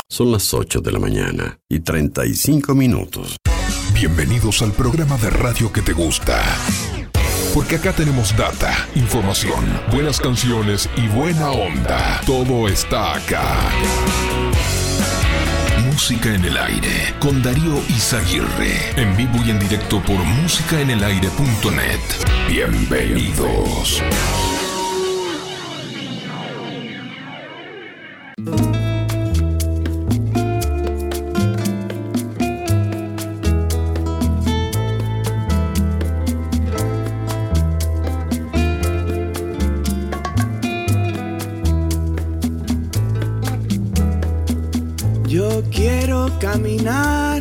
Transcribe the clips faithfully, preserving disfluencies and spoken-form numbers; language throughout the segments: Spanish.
Son las ocho de la mañana y treinta y cinco minutos. Bienvenidos al programa de radio que te gusta. Porque acá tenemos data, información, buenas canciones y buena onda. Todo está acá. Música en el aire con Darío Izaguirre. En vivo y en directo por música en el aire punto net. Bienvenidos. Yo quiero caminar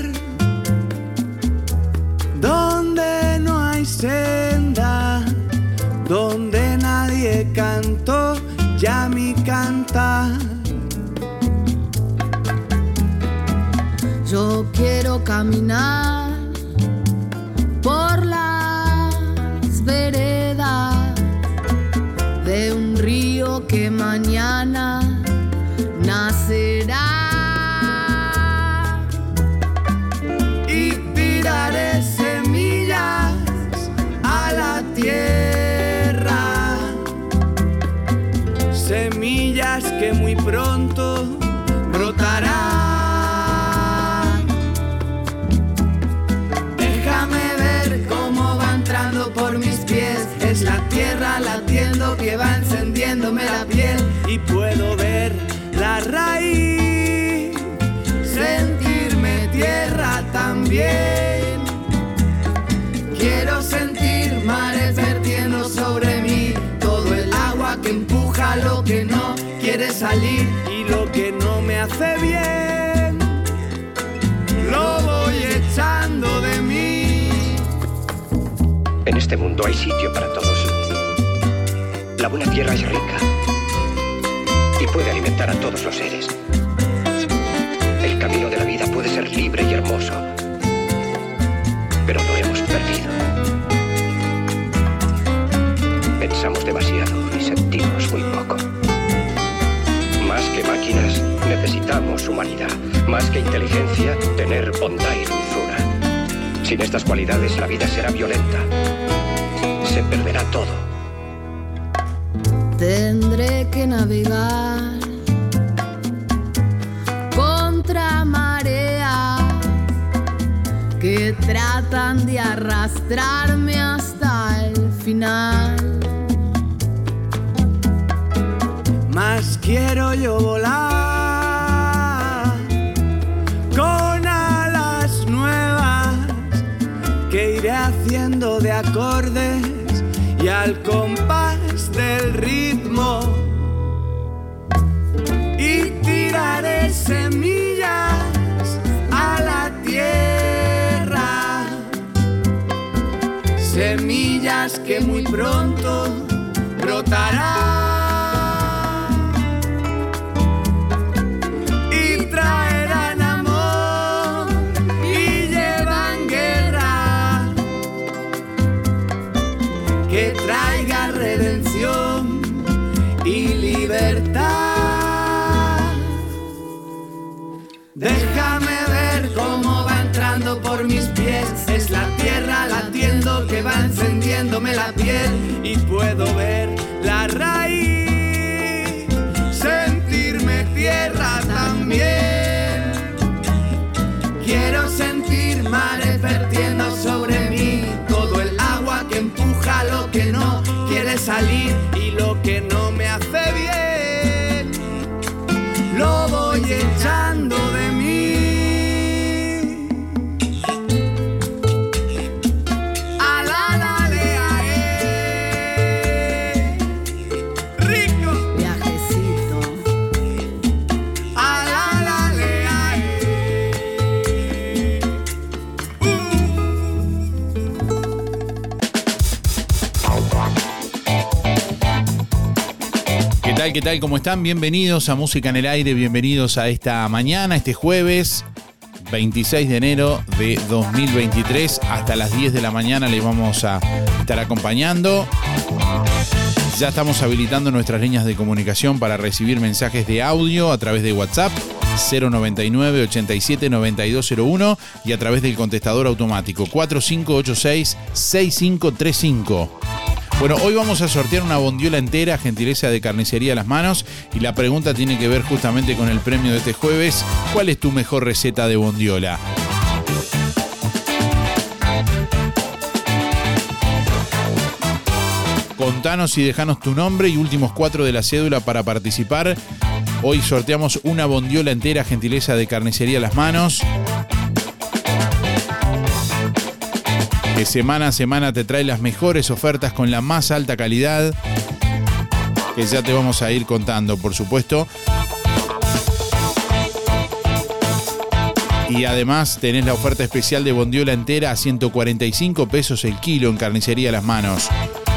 donde no hay senda, donde nadie cantó ya mi cantar. Yo quiero caminar por las veredas de un río que mañana nacerá. Tiraré semillas a la tierra, semillas que muy pronto brotarán. Déjame ver cómo va entrando por mis pies, es la tierra latiendo que va encendiéndome la piel y puedo ver la raíz, sentirme tierra también. Quiero sentir mares vertiendo sobre mí, todo el agua que empuja lo que no quiere salir y lo que no me hace bien, lo voy echando de mí. En este mundo hay sitio para todos. La buena tierra es rica y puede alimentar a todos los seres. El camino de la vida puede ser libre y hermoso, pero lo hemos perdido. Pensamos demasiado y sentimos muy poco. Más que máquinas, necesitamos humanidad. Más que inteligencia, tener bondad y dulzura. Sin estas cualidades, la vida será violenta. Se perderá todo. Tendré que navegar contra marea que tratan de arrastrarme hasta el final. Más quiero yo volar con alas nuevas que iré haciendo de acordes y al compás del ritmo, y tiraré semillas a la tierra, semillas que muy pronto brotarán. Que traiga redención y libertad. Déjame ver cómo va entrando por mis pies, es la tierra latiendo que va encendiéndome la piel y puedo ver la raíz, sentirme tierra también. Quiero sentir mares vertiendo sobre mí, todo el agua que empuja lo que no quiere salir y lo que no me hace bien, lo voy echando de mí. A la la le a eh. Rico. Viajecito. A la la le a eh. Uh. ¿Qué tal? ¿Qué tal? ¿Cómo están? Bienvenidos a Música en el Aire, bienvenidos a esta mañana, este jueves veintiséis de enero de dos mil veintitrés. Hasta las diez de la mañana les vamos a estar acompañando. Ya estamos habilitando nuestras líneas de comunicación para recibir mensajes de audio a través de WhatsApp cero noventa y nueve, ochenta y siete, noventa y dos cero uno y a través del contestador automático cuatro cinco ocho seis, seis cinco tres cinco. Bueno, hoy vamos a sortear una bondiola entera, gentileza de Carnicería Las Manos, y la pregunta tiene que ver justamente con el premio de este jueves. ¿Cuál es tu mejor receta de bondiola? Contanos y dejanos tu nombre y últimos cuatro de la cédula para participar. Hoy sorteamos una bondiola entera, gentileza de Carnicería Las Manos, que semana a semana te trae las mejores ofertas con la más alta calidad, que ya te vamos a ir contando, por supuesto. Y además tenés la oferta especial de bondiola entera a ciento cuarenta y cinco pesos el kilo en Carnicería Las Manos.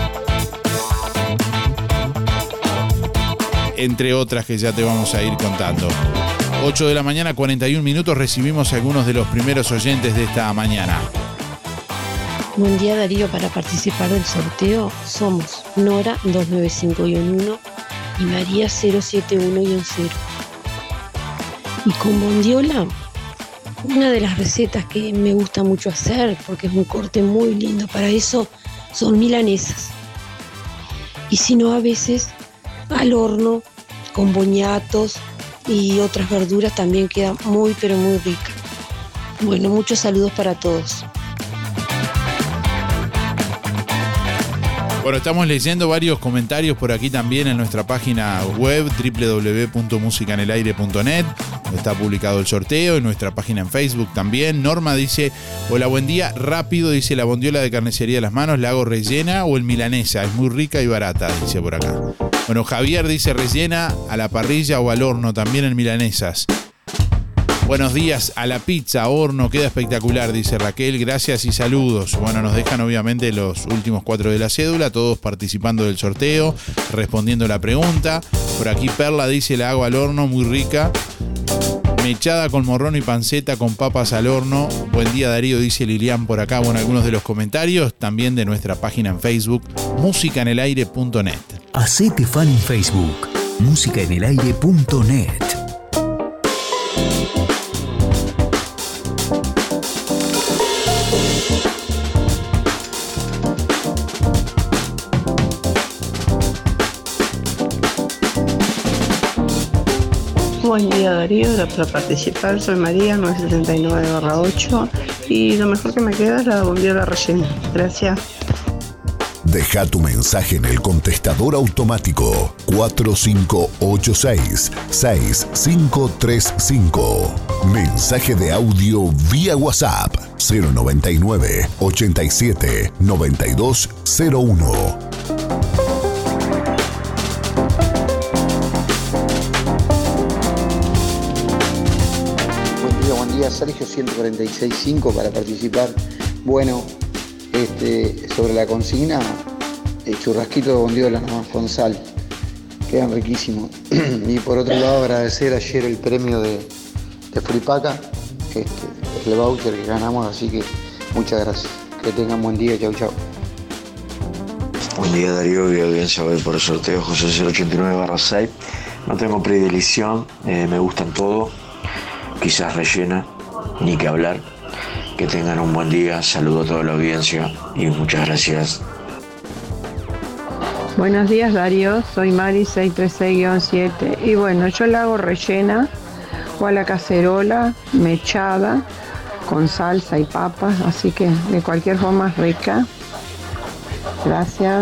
Entre otras que ya te vamos a ir contando. ocho de la mañana, cuarenta y un minutos, recibimos a algunos de los primeros oyentes de esta mañana. Buen día, Darío. Para participar del sorteo somos Nora dos nueve cinco uno y María cero siete uno cero. Y con bondiola, una de las recetas que me gusta mucho hacer, porque es un corte muy lindo para eso, son milanesas. Y si no, a veces al horno con boñatos y otras verduras también queda muy pero muy rica. Bueno, muchos saludos para todos. Bueno, estamos leyendo varios comentarios por aquí también en nuestra página web doble u doble u doble u punto música en el aire punto net. Está publicado el sorteo en nuestra página en Facebook también. Norma dice: hola, buen día. Rápido, dice, la bondiola de Carnicería Las Manos, ¿la hago rellena o en milanesa? Es muy rica y barata, dice por acá. Bueno, Javier dice rellena a la parrilla o al horno, también en milanesas. Buenos días, a la pizza, horno, queda espectacular, dice Raquel, gracias y saludos. Bueno, nos dejan obviamente los últimos cuatro de la cédula, todos participando del sorteo, respondiendo la pregunta. Por aquí Perla dice, la hago al horno, muy rica. Mechada con morrón y panceta con papas al horno. Buen día, Darío, dice Lilian por acá. Bueno, algunos de los comentarios también de nuestra página en Facebook, música en el aire punto net. Hacete fan en Facebook, música en el aire punto net. Buen día, Darío. Para participar soy María, nueve setenta y nueve barra ocho, y lo mejor que me queda es la bondiola rellena. Gracias. Deja tu mensaje en el contestador automático cuatro cinco ocho seis, seis cinco tres cinco. Mensaje de audio vía WhatsApp cero noventa y nueve, ochenta y siete, noventa y dos cero uno. Sergio ciento cuarenta y seis punto cinco para participar. Bueno, este, sobre la consigna, el churrasquito de bondiola nomás con sal, quedan riquísimos. Y por otro lado, agradecer ayer el premio de, de Fripaca, este, el voucher que ganamos, así que muchas gracias. Que tengan buen día, chau chau. Buen día, Darío y audiencia. Voy por el sorteo José cero ochenta y nueve barra seis. No tengo predilección, eh, me gustan todo, quizás rellena, ni que hablar. Que tengan un buen día, saludo a toda la audiencia y muchas gracias. Buenos días, Darío, soy Mari seiscientos treinta y seis guión siete y bueno, yo la hago rellena o a la cacerola, mechada, con salsa y papas, así que de cualquier forma es rica. Gracias.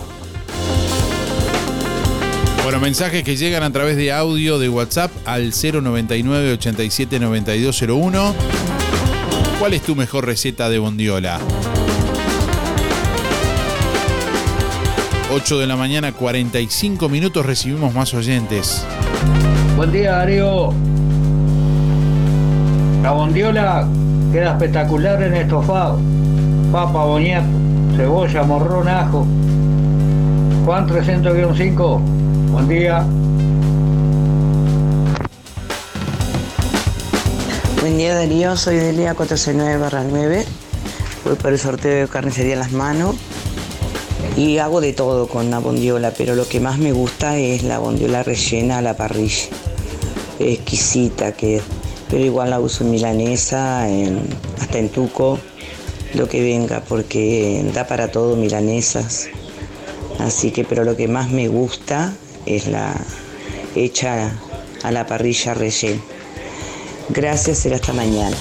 Bueno, mensajes que llegan a través de audio de WhatsApp al cero noventa y nueve, ochenta y siete, noventa y dos cero uno. ¿Cuál es tu mejor receta de bondiola? ocho de la mañana, cuarenta y cinco minutos, recibimos más oyentes. Buen día, Darío. La bondiola queda espectacular en estofado. Papa, boñato, cebolla, morrón, ajo. Juan trescientos guión cinco. Buen día. Buen día, Darío. Soy Delia cuatrocientos nueve barra nueve. Voy por el sorteo de Carnicería Las Manos. Y hago de todo con la bondiola, pero lo que más me gusta es la bondiola rellena a la parrilla. exquisita que es. Pero igual la uso en milanesa, en, hasta en tuco, lo que venga, porque da para todo milanesas. Así que, pero lo que más me gusta es la hecha a la parrilla rellena. Gracias, será hasta mañana.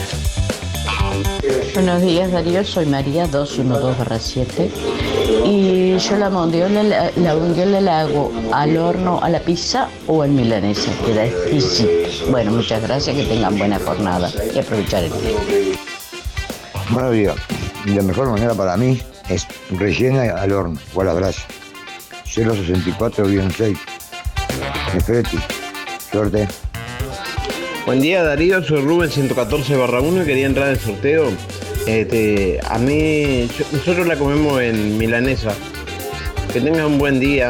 Buenos días, Darío, soy María doscientos doce barra siete y yo la bondiola, la, la bondiola la hago al horno, a la pizza o en milanesa, queda exquisito. Bueno, muchas gracias, que tengan buena jornada y aprovechar el día. Buenos días, la mejor manera para mí es rellena al horno o a la brasa. cero sesenta y cuatro seis. Nefreti, suerte. Buen día, Darío, soy Rubén ciento catorce barra uno y quería entrar al sorteo. Este, a mí, yo, nosotros la comemos en milanesa. Que tengan un buen día.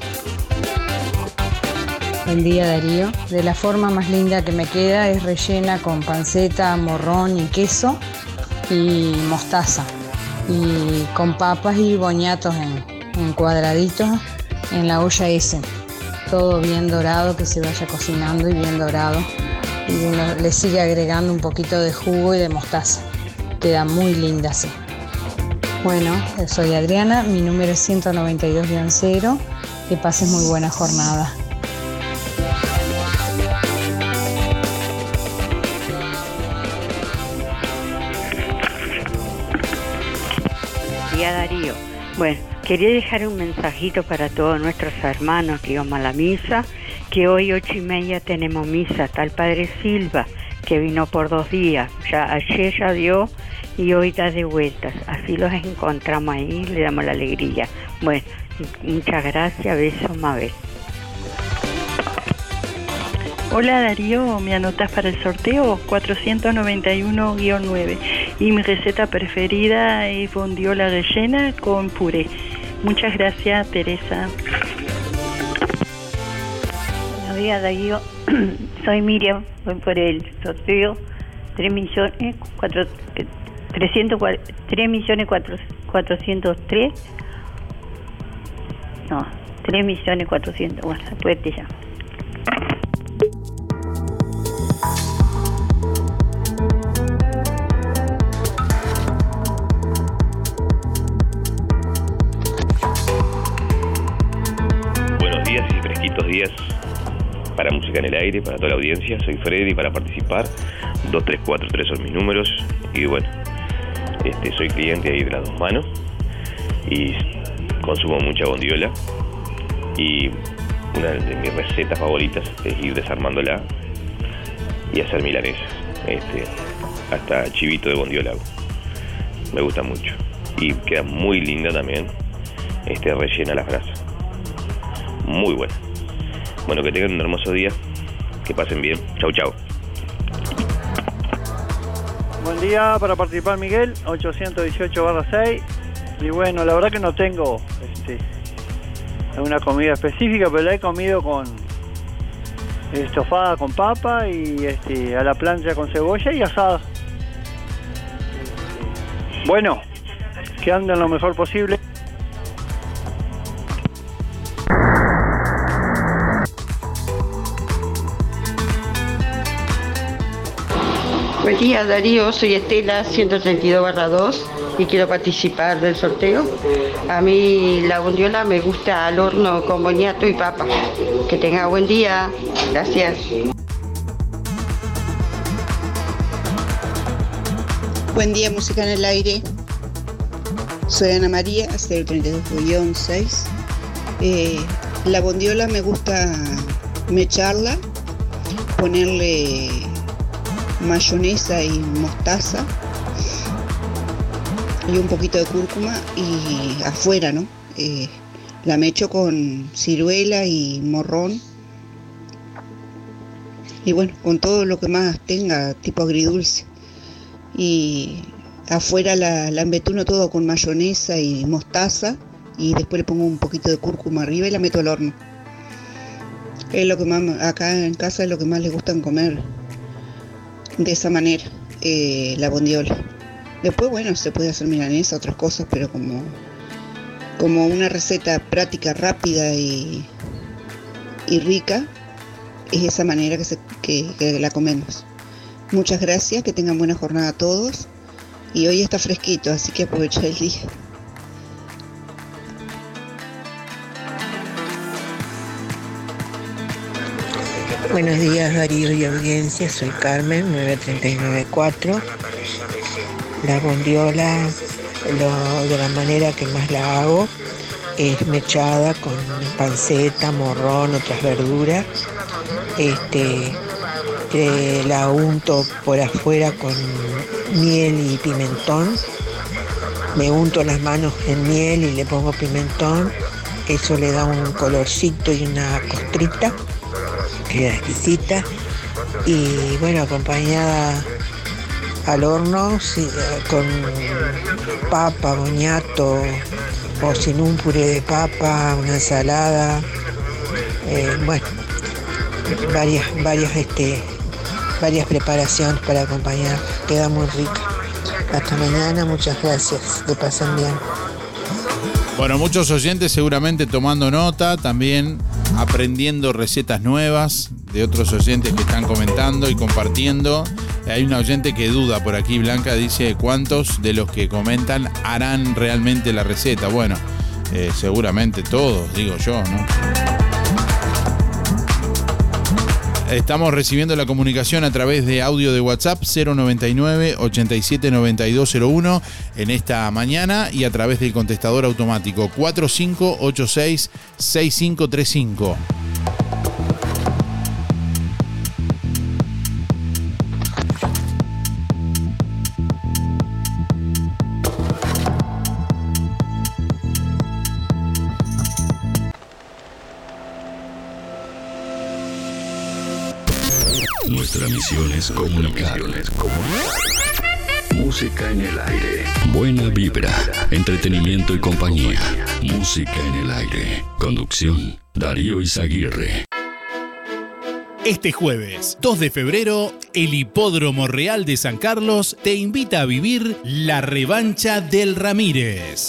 Buen día, Darío. De la forma más linda que me queda es rellena con panceta, morrón y queso y mostaza. Y con papas y boñatos en, en cuadraditos en la olla ese. Todo bien dorado, que se vaya cocinando y bien dorado. Y uno le sigue agregando un poquito de jugo y de mostaza. Queda muy linda así. Bueno, soy Adriana, mi número es ciento noventa y dos guion cero. Que pases muy buena jornada. Buen día, Darío. Bueno, quería dejar un mensajito para todos nuestros hermanos que íbamos a la misa, que hoy ocho y media tenemos misa, está el Padre Silva, que vino por dos días, ya ayer ya dio y hoy da de vueltas, así los encontramos ahí, le damos la alegría. Bueno, muchas gracias, besos, Mabel. Hola, Darío, ¿me anotas para el sorteo? cuatrocientos noventa y uno guion nueve y mi receta preferida es bondiola rellena con puré. Muchas gracias, Teresa. Buenos días, Darío. Soy Miriam, voy por el sorteo tres millones cuatrocientos tres. No, tres millones cuatrocientos. Bueno, suerte ya. Buenos días y fresquitos días para Música en el Aire, para toda la audiencia. Soy Freddy, para participar dos tres cuatro tres son mis números y bueno, este, soy cliente ahí de las dos manos y consumo mucha bondiola y una de mis recetas favoritas es ir desarmándola y hacer milanesas, este, hasta chivito de bondiola hago. Me gusta mucho y queda muy linda también, este, rellena las brasas, muy buena. Bueno, que tengan un hermoso día, que pasen bien. Chau, chau. Buen día, para participar Miguel, ochocientos dieciocho barra seis. Y bueno, la verdad que no tengo este, una comida específica, pero la he comido con estofada con papa y este, a la plancha con cebolla y asada. Bueno, que anden lo mejor posible. Buen día, Darío, soy Estela, ciento treinta y dos barra dos y quiero participar del sorteo. A mí la bondiola me gusta al horno con boñato y papa. Que tenga buen día, gracias. Buen día, Música en el Aire. Soy Ana María, cero treinta y dos guion seis. Eh, la bondiola me gusta mecharla, ponerle mayonesa y mostaza y un poquito de cúrcuma y afuera, ¿no? Eh, la mecho con ciruela y morrón y bueno, con todo lo que más tenga, tipo agridulce. Y afuera la, la embetuno todo con mayonesa y mostaza y después le pongo un poquito de cúrcuma arriba y la meto al horno. Es lo que más, acá en casa es lo que más les gustan comer de esa manera, eh, la bondiola. Después, bueno, se puede hacer milanesa, otras cosas, pero como, como una receta práctica, rápida y, y rica, es esa manera que, se, que, que la comemos. Muchas gracias, que tengan buena jornada a todos. Y hoy está fresquito, así que aprovecha el día. Buenos días, Darío y audiencia, soy Carmen, nueve tres nueve cuatro. La bondiola, lo, de la manera que más la hago, es mechada con panceta, morrón, otras verduras. Este, eh, la unto por afuera con miel y pimentón. Me unto las manos en miel y le pongo pimentón. Eso le da un colorcito y una costrita. Queda exquisita. Y bueno, acompañada al horno sí, con papa, boñato, o sin un puré de papa, una ensalada. Eh, bueno, varias, varias, este, varias preparaciones para acompañar. Queda muy rica. Hasta mañana, muchas gracias. Que pasen bien. Bueno, muchos oyentes seguramente tomando nota, también aprendiendo recetas nuevas de otros oyentes que están comentando y compartiendo. Hay una oyente que duda por aquí, Blanca, dice cuántos de los que comentan harán realmente la receta. Bueno, eh, seguramente todos, digo yo, ¿no? Estamos recibiendo la comunicación a través de audio de WhatsApp cero noventa y nueve, ochenta y siete, noventa y dos cero uno en esta mañana y a través del contestador automático cuatro cinco ocho seis, seis cinco tres cinco. Nuestra misión es comunicar. Música en el aire. Buena vibra, entretenimiento y compañía. Música en el aire. Conducción, Darío Izaguirre. Este jueves, dos de febrero, el Hipódromo Real de San Carlos te invita a vivir la revancha del Ramírez.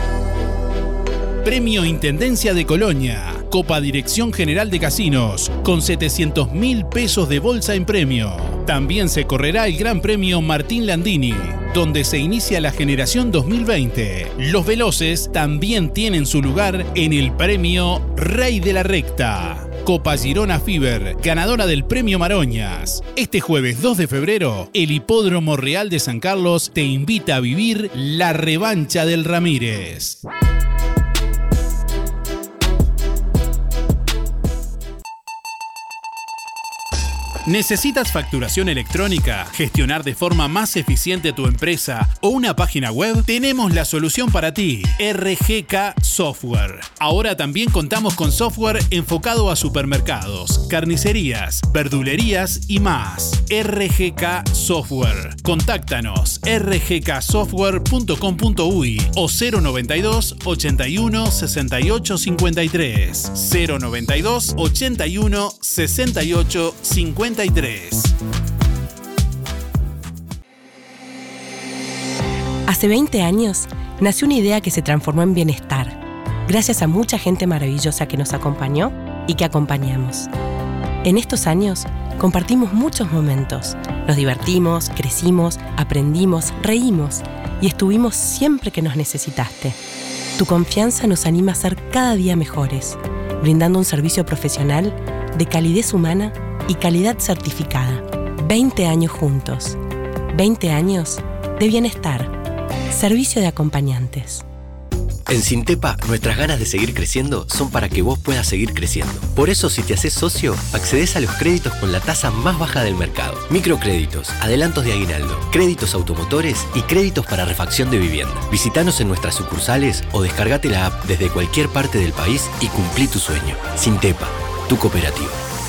Premio Intendencia de Colonia, Copa Dirección General de Casinos, con setecientos mil pesos de bolsa en premio. También se correrá el Gran Premio Martín Landini, donde se inicia la generación dos mil veinte. Los veloces también tienen su lugar en el Premio Rey de la Recta. Copa Girona Fiber, ganadora del Premio Maroñas. Este jueves dos de febrero, el Hipódromo Real de San Carlos te invita a vivir la revancha del Ramírez. ¿Necesitas facturación electrónica, gestionar de forma más eficiente tu empresa o una página web? Tenemos la solución para ti, R G K Software. Ahora también contamos con software enfocado a supermercados, carnicerías, verdulerías y más. R G K Software. Contáctanos r g k software punto com punto u y o cero noventa y dos, ochenta y uno, sesenta y ocho, cincuenta y tres. cero noventa y dos, ochenta y uno, sesenta y ocho, cincuenta y tres. Hace veinte años nació una idea que se transformó en bienestar, gracias a mucha gente maravillosa que nos acompañó y que acompañamos. En estos años compartimos muchos momentos, nos divertimos, crecimos, aprendimos, reímos y estuvimos siempre que nos necesitaste. Tu confianza nos anima a ser cada día mejores, brindando un servicio profesional de calidez humana y calidad certificada. veinte años juntos. veinte años de bienestar. Servicio de acompañantes. En Sintepa, nuestras ganas de seguir creciendo son para que vos puedas seguir creciendo. Por eso, si te haces socio, accedes a los créditos con la tasa más baja del mercado. Microcréditos, adelantos de aguinaldo, créditos automotores y créditos para refacción de vivienda. Visítanos en nuestras sucursales o descargate la app desde cualquier parte del país y cumplí tu sueño. Sintepa, tu cooperativa.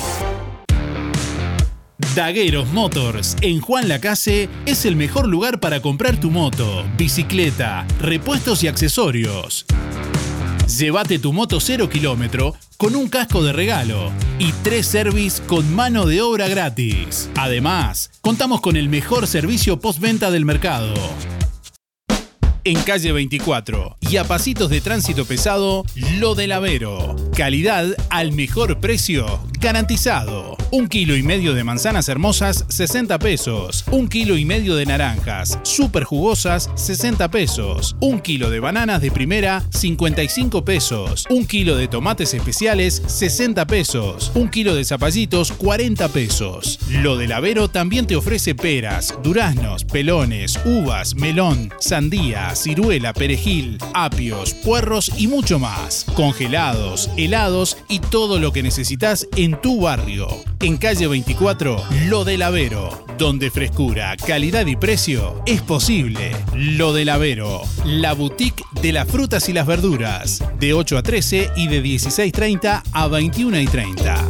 Dagueros Motors en Juan Lacase es el mejor lugar para comprar tu moto, bicicleta, repuestos y accesorios. Llévate tu moto cero kilómetro con un casco de regalo y tres service con mano de obra gratis. Además, contamos con el mejor servicio postventa del mercado. en calle veinticuatro. Y a pasitos de tránsito pesado, Lo del Avero. Calidad al mejor precio, garantizado. Un kilo y medio de manzanas hermosas, sesenta pesos. Un kilo y medio de naranjas, súper jugosas, sesenta pesos. Un kilo de bananas de primera, cincuenta y cinco pesos. Un kilo de tomates especiales, sesenta pesos. Un kilo de zapallitos, cuarenta pesos. Lo del Avero también te ofrece peras, duraznos, pelones, uvas, melón, sandía, ciruela, perejil, apios, puerros y mucho más. Congelados, helados y todo lo que necesitas en tu barrio. En calle veinticuatro, Lo del Avero, donde frescura, calidad y precio es posible. Lo del Avero, la boutique de las frutas y las verduras, de ocho a trece y de dieciséis treinta a veintiuna y treinta.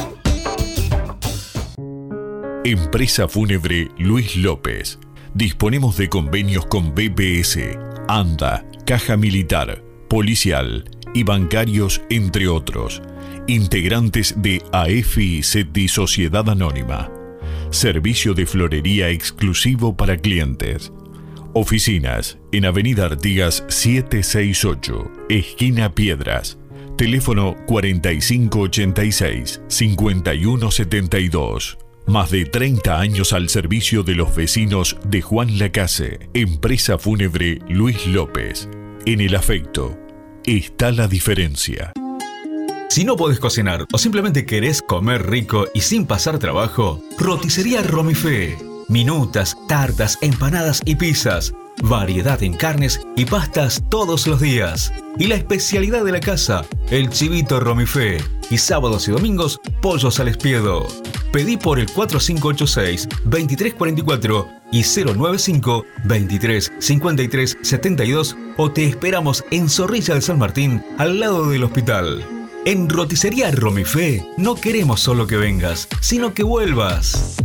Empresa Fúnebre Luis López. Disponemos de convenios con B P S, ANDA, Caja Militar, Policial y bancarios, entre otros. Integrantes de A F I SETI Sociedad Anónima. Servicio de florería exclusivo para clientes. Oficinas en Avenida Artigas setecientos sesenta y ocho, esquina Piedras. Teléfono cuarenta y cinco ochenta y seis, cincuenta y uno setenta y dos. Más de treinta años al servicio de los vecinos de Juan Lacase. Empresa Fúnebre Luis López. En el afecto está la diferencia. Si no podés cocinar o simplemente querés comer rico y sin pasar trabajo, Roticería Romifé. Minutas, tartas, empanadas y pizzas. Variedad en carnes y pastas todos los días. Y la especialidad de la casa, el chivito Romifé. Y sábados y domingos, pollos al espiedo. Pedí por el cuatro cinco ocho seis, veintitrés cuarenta y cuatro y cero nueve cinco, veintitrés cincuenta y tres setenta y dos o te esperamos en Zorrilla de San Martín, al lado del hospital. En Roticería Romifé no queremos solo que vengas, sino que vuelvas.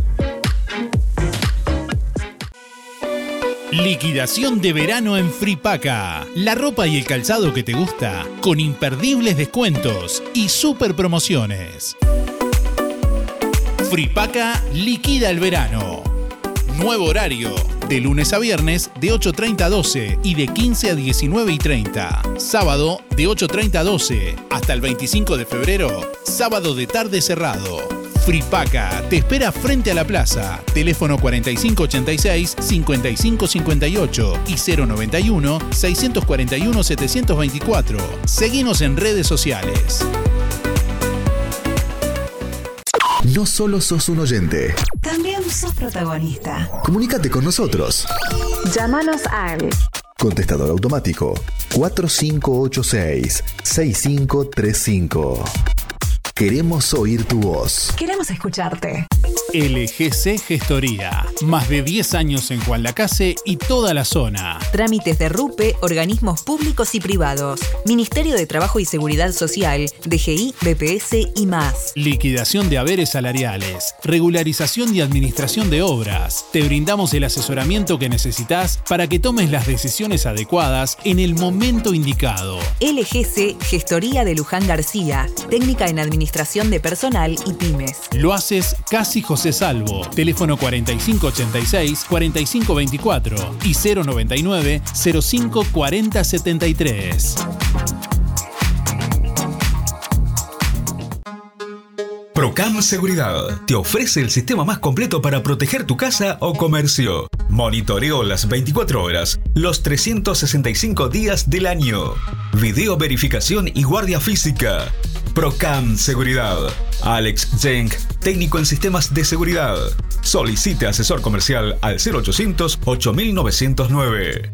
Liquidación de verano en Fripaca. La ropa y el calzado que te gusta, con imperdibles descuentos y super promociones. Fripaca liquida el verano. Nuevo horario, de lunes a viernes de ocho treinta a doce y de quince a diecinueve y treinta. Sábado de ocho treinta a doce. Hasta el veinticinco de febrero, sábado de tarde cerrado. Fripaca te espera frente a la plaza. Teléfono cuarenta y cinco ochenta y seis, cincuenta y cinco cincuenta y ocho y cero noventa y uno, seiscientos cuarenta y uno, setecientos veinticuatro. Seguinos en redes sociales. No solo sos un oyente. También sos protagonista. Comunícate con nosotros. Llámanos al contestador automático cuatro cinco ocho seis, seis cinco tres cinco. Queremos oír tu voz. Queremos escucharte. L G C Gestoría. Más de diez años en Juan Lacase y toda la zona. Trámites de RUPE, organismos públicos y privados. Ministerio de Trabajo y Seguridad Social, D G I, B P S y más. Liquidación de haberes salariales. Regularización y administración de obras. Te brindamos el asesoramiento que necesitas para que tomes las decisiones adecuadas en el momento indicado. L G C Gestoría de Luján García. Técnica en Administración de Personal y Pymes. Lo haces casi José Salvo. Teléfono cuarenta y cinco ochenta y seis, cuarenta y cinco veinticuatro y cero noventa y nueve, cero cinco cuarenta setenta y tres. Procam Seguridad te ofrece el sistema más completo para proteger tu casa o comercio. Monitoreo las veinticuatro horas, los trescientos sesenta y cinco días del año. Video verificación y guardia física. Procam Seguridad. Alex Jenk, técnico en sistemas de seguridad. Solicite asesor comercial al cero ochocientos, ocho nueve cero nueve.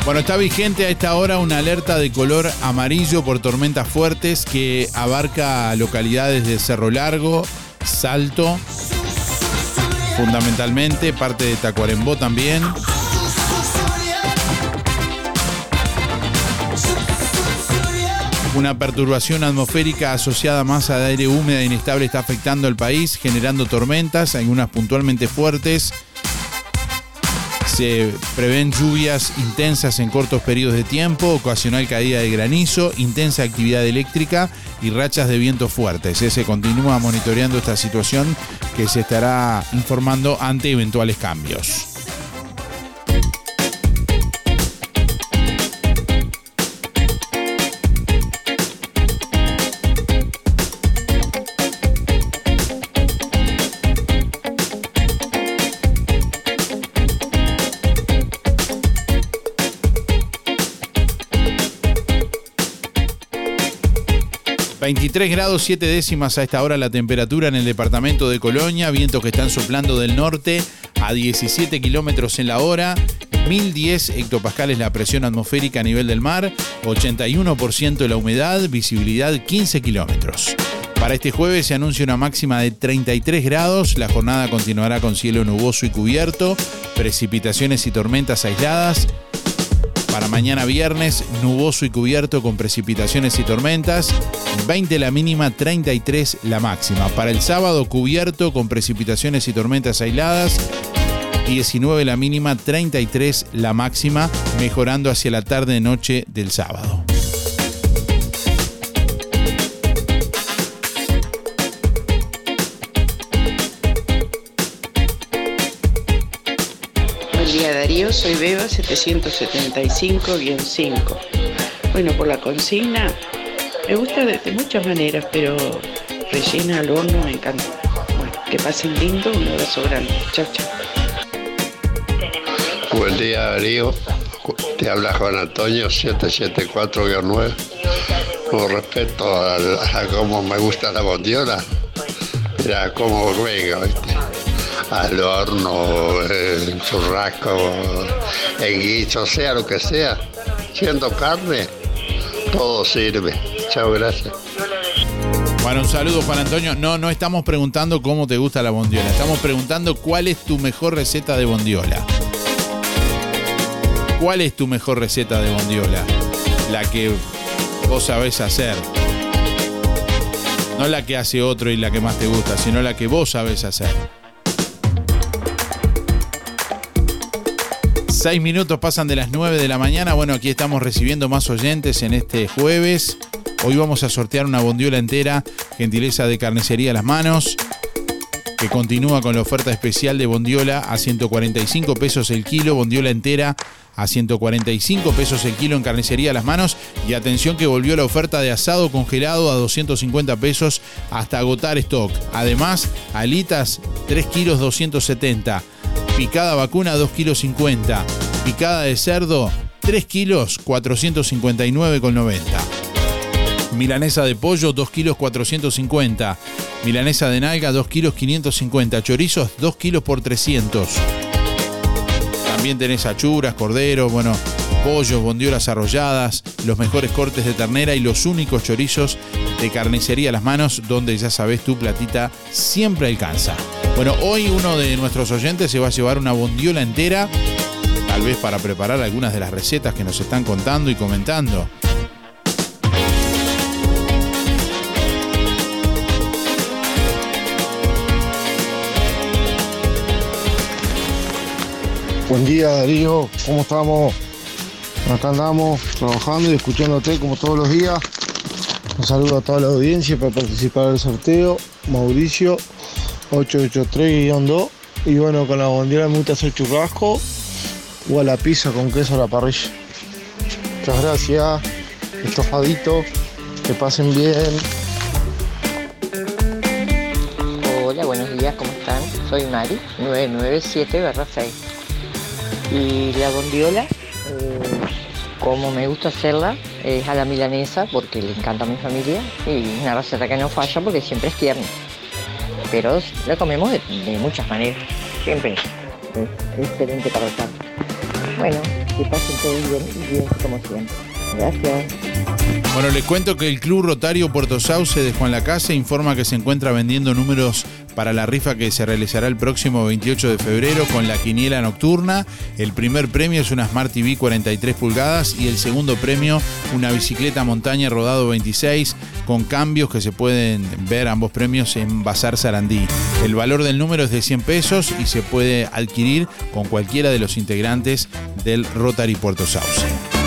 Bueno, está vigente a esta hora una alerta de color amarillo por tormentas fuertes que abarca localidades de Cerro Largo, Salto, fundamentalmente, parte de Tacuarembó también. Una perturbación atmosférica asociada a masa de aire húmeda e inestable está afectando al país, generando tormentas, algunas puntualmente fuertes. Se prevén lluvias intensas en cortos periodos de tiempo, ocasional caída de granizo, intensa actividad eléctrica y rachas de viento fuertes. Se continúa monitoreando esta situación que se estará informando ante eventuales cambios. veintitrés grados siete décimas a esta hora la temperatura en el departamento de Colonia, vientos que están soplando del norte a diecisiete kilómetros en la hora, mil diez hectopascales la presión atmosférica a nivel del mar, ochenta y uno por ciento de la humedad, visibilidad quince kilómetros. Para este jueves se anuncia una máxima de treinta y tres grados, la jornada continuará con cielo nuboso y cubierto, precipitaciones y tormentas aisladas. Para mañana viernes, nuboso y cubierto con precipitaciones y tormentas, veinte la mínima, treinta y tres la máxima. Para el sábado, cubierto con precipitaciones y tormentas aisladas, diecinueve la mínima, treinta y tres la máxima, mejorando hacia la tarde-noche del sábado. Buen día, Darío, soy Beba setecientos setenta y cinco guión cinco. Bueno, por la consigna, me gusta de, de muchas maneras, pero rellena al horno me encanta. Bueno, que pasen lindo, un abrazo grande. Chao, chao. Buen día, Darío. Te habla Juan Antonio, setecientos setenta y cuatro guión nueve. Con respecto a, a cómo me gusta la bondiola, mira cómo venga, ¿viste? Al horno, en churrasco, en guiso, sea lo que sea, siendo carne, todo sirve. Chao, gracias. Bueno, un saludo, Juan Antonio. No, no estamos preguntando cómo te gusta la bondiola, estamos preguntando cuál es tu mejor receta de bondiola. ¿Cuál es tu mejor receta de bondiola? La que vos sabés hacer. No la que hace otro y la que más te gusta, sino la que vos sabés hacer. Seis minutos pasan de las nueve de la mañana. Bueno, aquí estamos recibiendo más oyentes en este jueves. Hoy vamos a sortear una bondiola entera, gentileza de Carnicería Las Manos, que continúa con la oferta especial de bondiola a ciento cuarenta y cinco pesos el kilo, bondiola entera a ciento cuarenta y cinco pesos el kilo en Carnicería Las Manos. Y atención que volvió la oferta de asado congelado a doscientos cincuenta pesos hasta agotar stock. Además, alitas tres kilos doscientos setenta. Picada vacuna dos kilos cincuenta. Picada de cerdo tres kilos cuatrocientos cincuenta y nueve con noventa. Milanesa de pollo dos kilos cuatrocientos cincuenta. Milanesa de nalga dos kilos quinientos cincuenta. Chorizos dos kilos por trescientos. También tenés achuras, cordero, bueno, pollos, bondiolas arrolladas, los mejores cortes de ternera y los únicos chorizos de Carnicería Las Manos, donde ya sabés tu platita siempre alcanza. Bueno, hoy uno de nuestros oyentes se va a llevar una bondiola entera, tal vez para preparar algunas de las recetas que nos están contando y comentando. Buen día, Darío, ¿cómo estamos? Acá andamos trabajando y escuchándote como todos los días. Un saludo a toda la audiencia para participar del sorteo. Mauricio ocho ocho tres guión dos. Y bueno, con la bondiola me gusta hacer churrasco o a la pizza con queso a la parrilla. Muchas gracias, estofadito, que pasen bien. Hola, buenos días, ¿cómo están? Soy Mari, nueve nueve siete barra seis. Y la bondiola, eh, como me gusta hacerla, es a la milanesa porque le encanta a mi familia y una receta que no falla porque siempre es tierna. Pero la comemos de, de muchas maneras, siempre es excelente para el campo. bueno, que pasen todos bien, bien como siempre. Gracias. Bueno, les cuento que el Club Rotario Puerto Sauce de Juan Lacase informa que se encuentra vendiendo números para la rifa que se realizará el próximo veintiocho de febrero con la quiniela nocturna. El primer premio es una Smart T V cuarenta y tres pulgadas y el segundo premio una bicicleta montaña rodado veintiséis con cambios que se pueden ver ambos premios en Bazar Sarandí. El valor del número es de cien pesos y se puede adquirir con cualquiera de los integrantes del Rotary Puerto Sauce.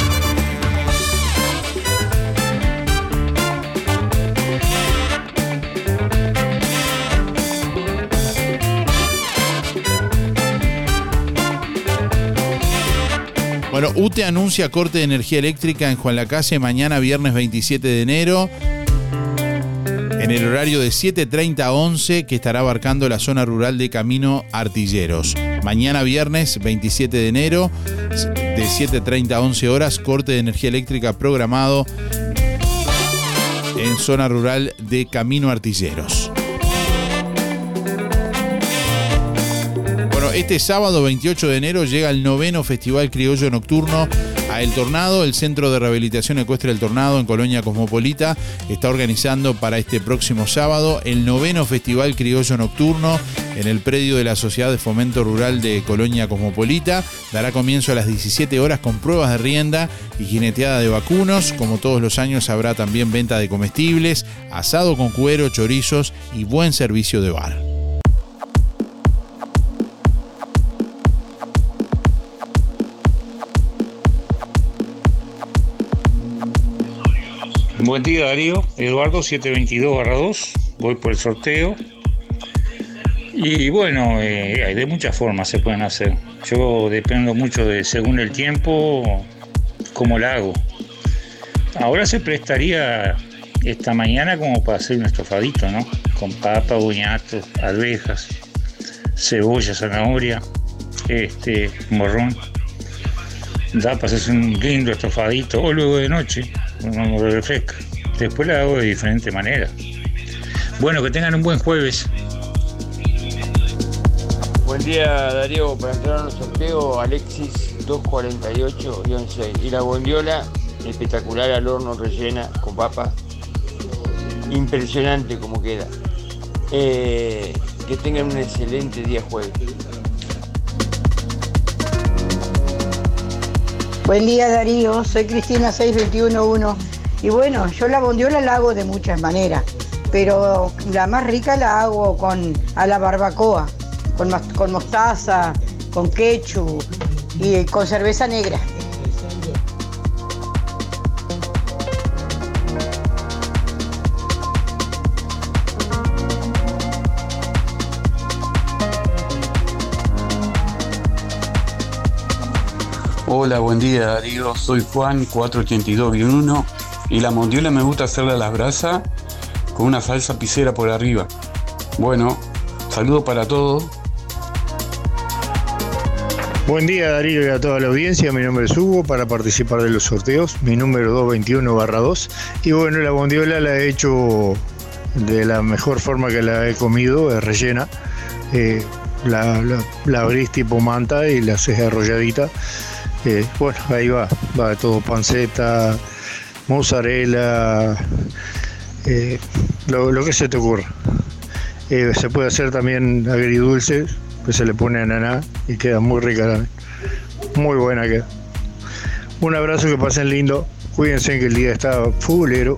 Bueno, U T E anuncia corte de energía eléctrica en Juan Lacase mañana viernes veintisiete de enero en el horario de siete treinta a once que estará abarcando la zona rural de Camino Artilleros. Mañana viernes veintisiete de enero de siete treinta a once horas, corte de energía eléctrica programado en zona rural de Camino Artilleros. Este sábado veintiocho de enero llega el noveno Festival Criollo Nocturno a El Tornado. El Centro de Rehabilitación Ecuestre El Tornado en Colonia Cosmopolita está organizando para este próximo sábado el noveno Festival Criollo Nocturno en el predio de la Sociedad de Fomento Rural de Colonia Cosmopolita. Dará comienzo a las diecisiete horas con pruebas de rienda y jineteada de vacunos. Como todos los años habrá también venta de comestibles, asado con cuero, chorizos y buen servicio de bar. Buen día, Darío. Eduardo setecientos veintidós barra dos. Voy por el sorteo. Y bueno, eh, de muchas formas se pueden hacer. Yo dependo mucho de, según el tiempo, cómo la hago. Ahora se prestaría esta mañana como para hacer un estofadito, ¿no? Con papa, boñato, arvejas, cebolla, zanahoria, este, morrón. Da para hacerse un lindo estofadito. O luego de noche, uno lo refresca. Después la hago de diferente manera. Bueno, que tengan un buen jueves. Buen día, Darío. Para entrar en el sorteo, Alexis doscientos cuarenta y ocho guión seis. Y la bondiola, espectacular al horno, rellena con papa. Impresionante como queda. Eh, que tengan un excelente día jueves. Buen día, Darío, soy Cristina seis veintiuno uno y bueno, yo la bondiola la hago de muchas maneras, pero la más rica la hago con a la barbacoa, con, con mostaza, con ketchup y con cerveza negra. Hola, buen día, Darío. Soy Juan cuatrocientos ochenta y dos guión uno y la mondiola me gusta hacerla a las brasas con una salsa pisera por arriba. Bueno, saludo para todos. Buen día, Darío, y a toda la audiencia. Mi nombre es Hugo, para participar de los sorteos. Mi número doscientos veintiuno barra dos. Y bueno, la bondiola la he hecho de la mejor forma que la he comido, es rellena. Eh, la, la, la abrís tipo manta y la haces arrolladita. Eh, bueno, ahí va, va todo, panceta, mozzarella, eh, lo, lo que se te ocurra. Eh, se puede hacer también agridulce, pues se le pone ananá y queda muy rica también. Muy buena queda. Un abrazo, que pasen lindo, cuídense que el día está fulero.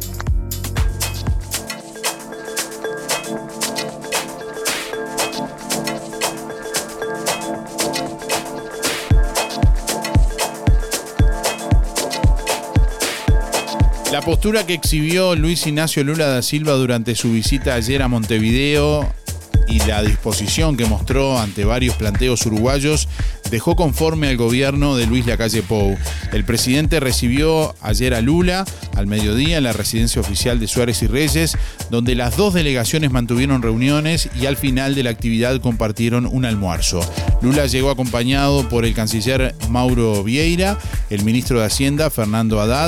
La postura que exhibió Luis Ignacio Lula da Silva durante su visita ayer a Montevideo y la disposición que mostró ante varios planteos uruguayos dejó conforme al gobierno de Luis Lacalle Pou. El presidente recibió ayer a Lula al mediodía en la residencia oficial de Suárez y Reyes, donde las dos delegaciones mantuvieron reuniones y al final de la actividad compartieron un almuerzo. Lula llegó acompañado por el canciller Mauro Vieira, el ministro de Hacienda Fernando Haddad,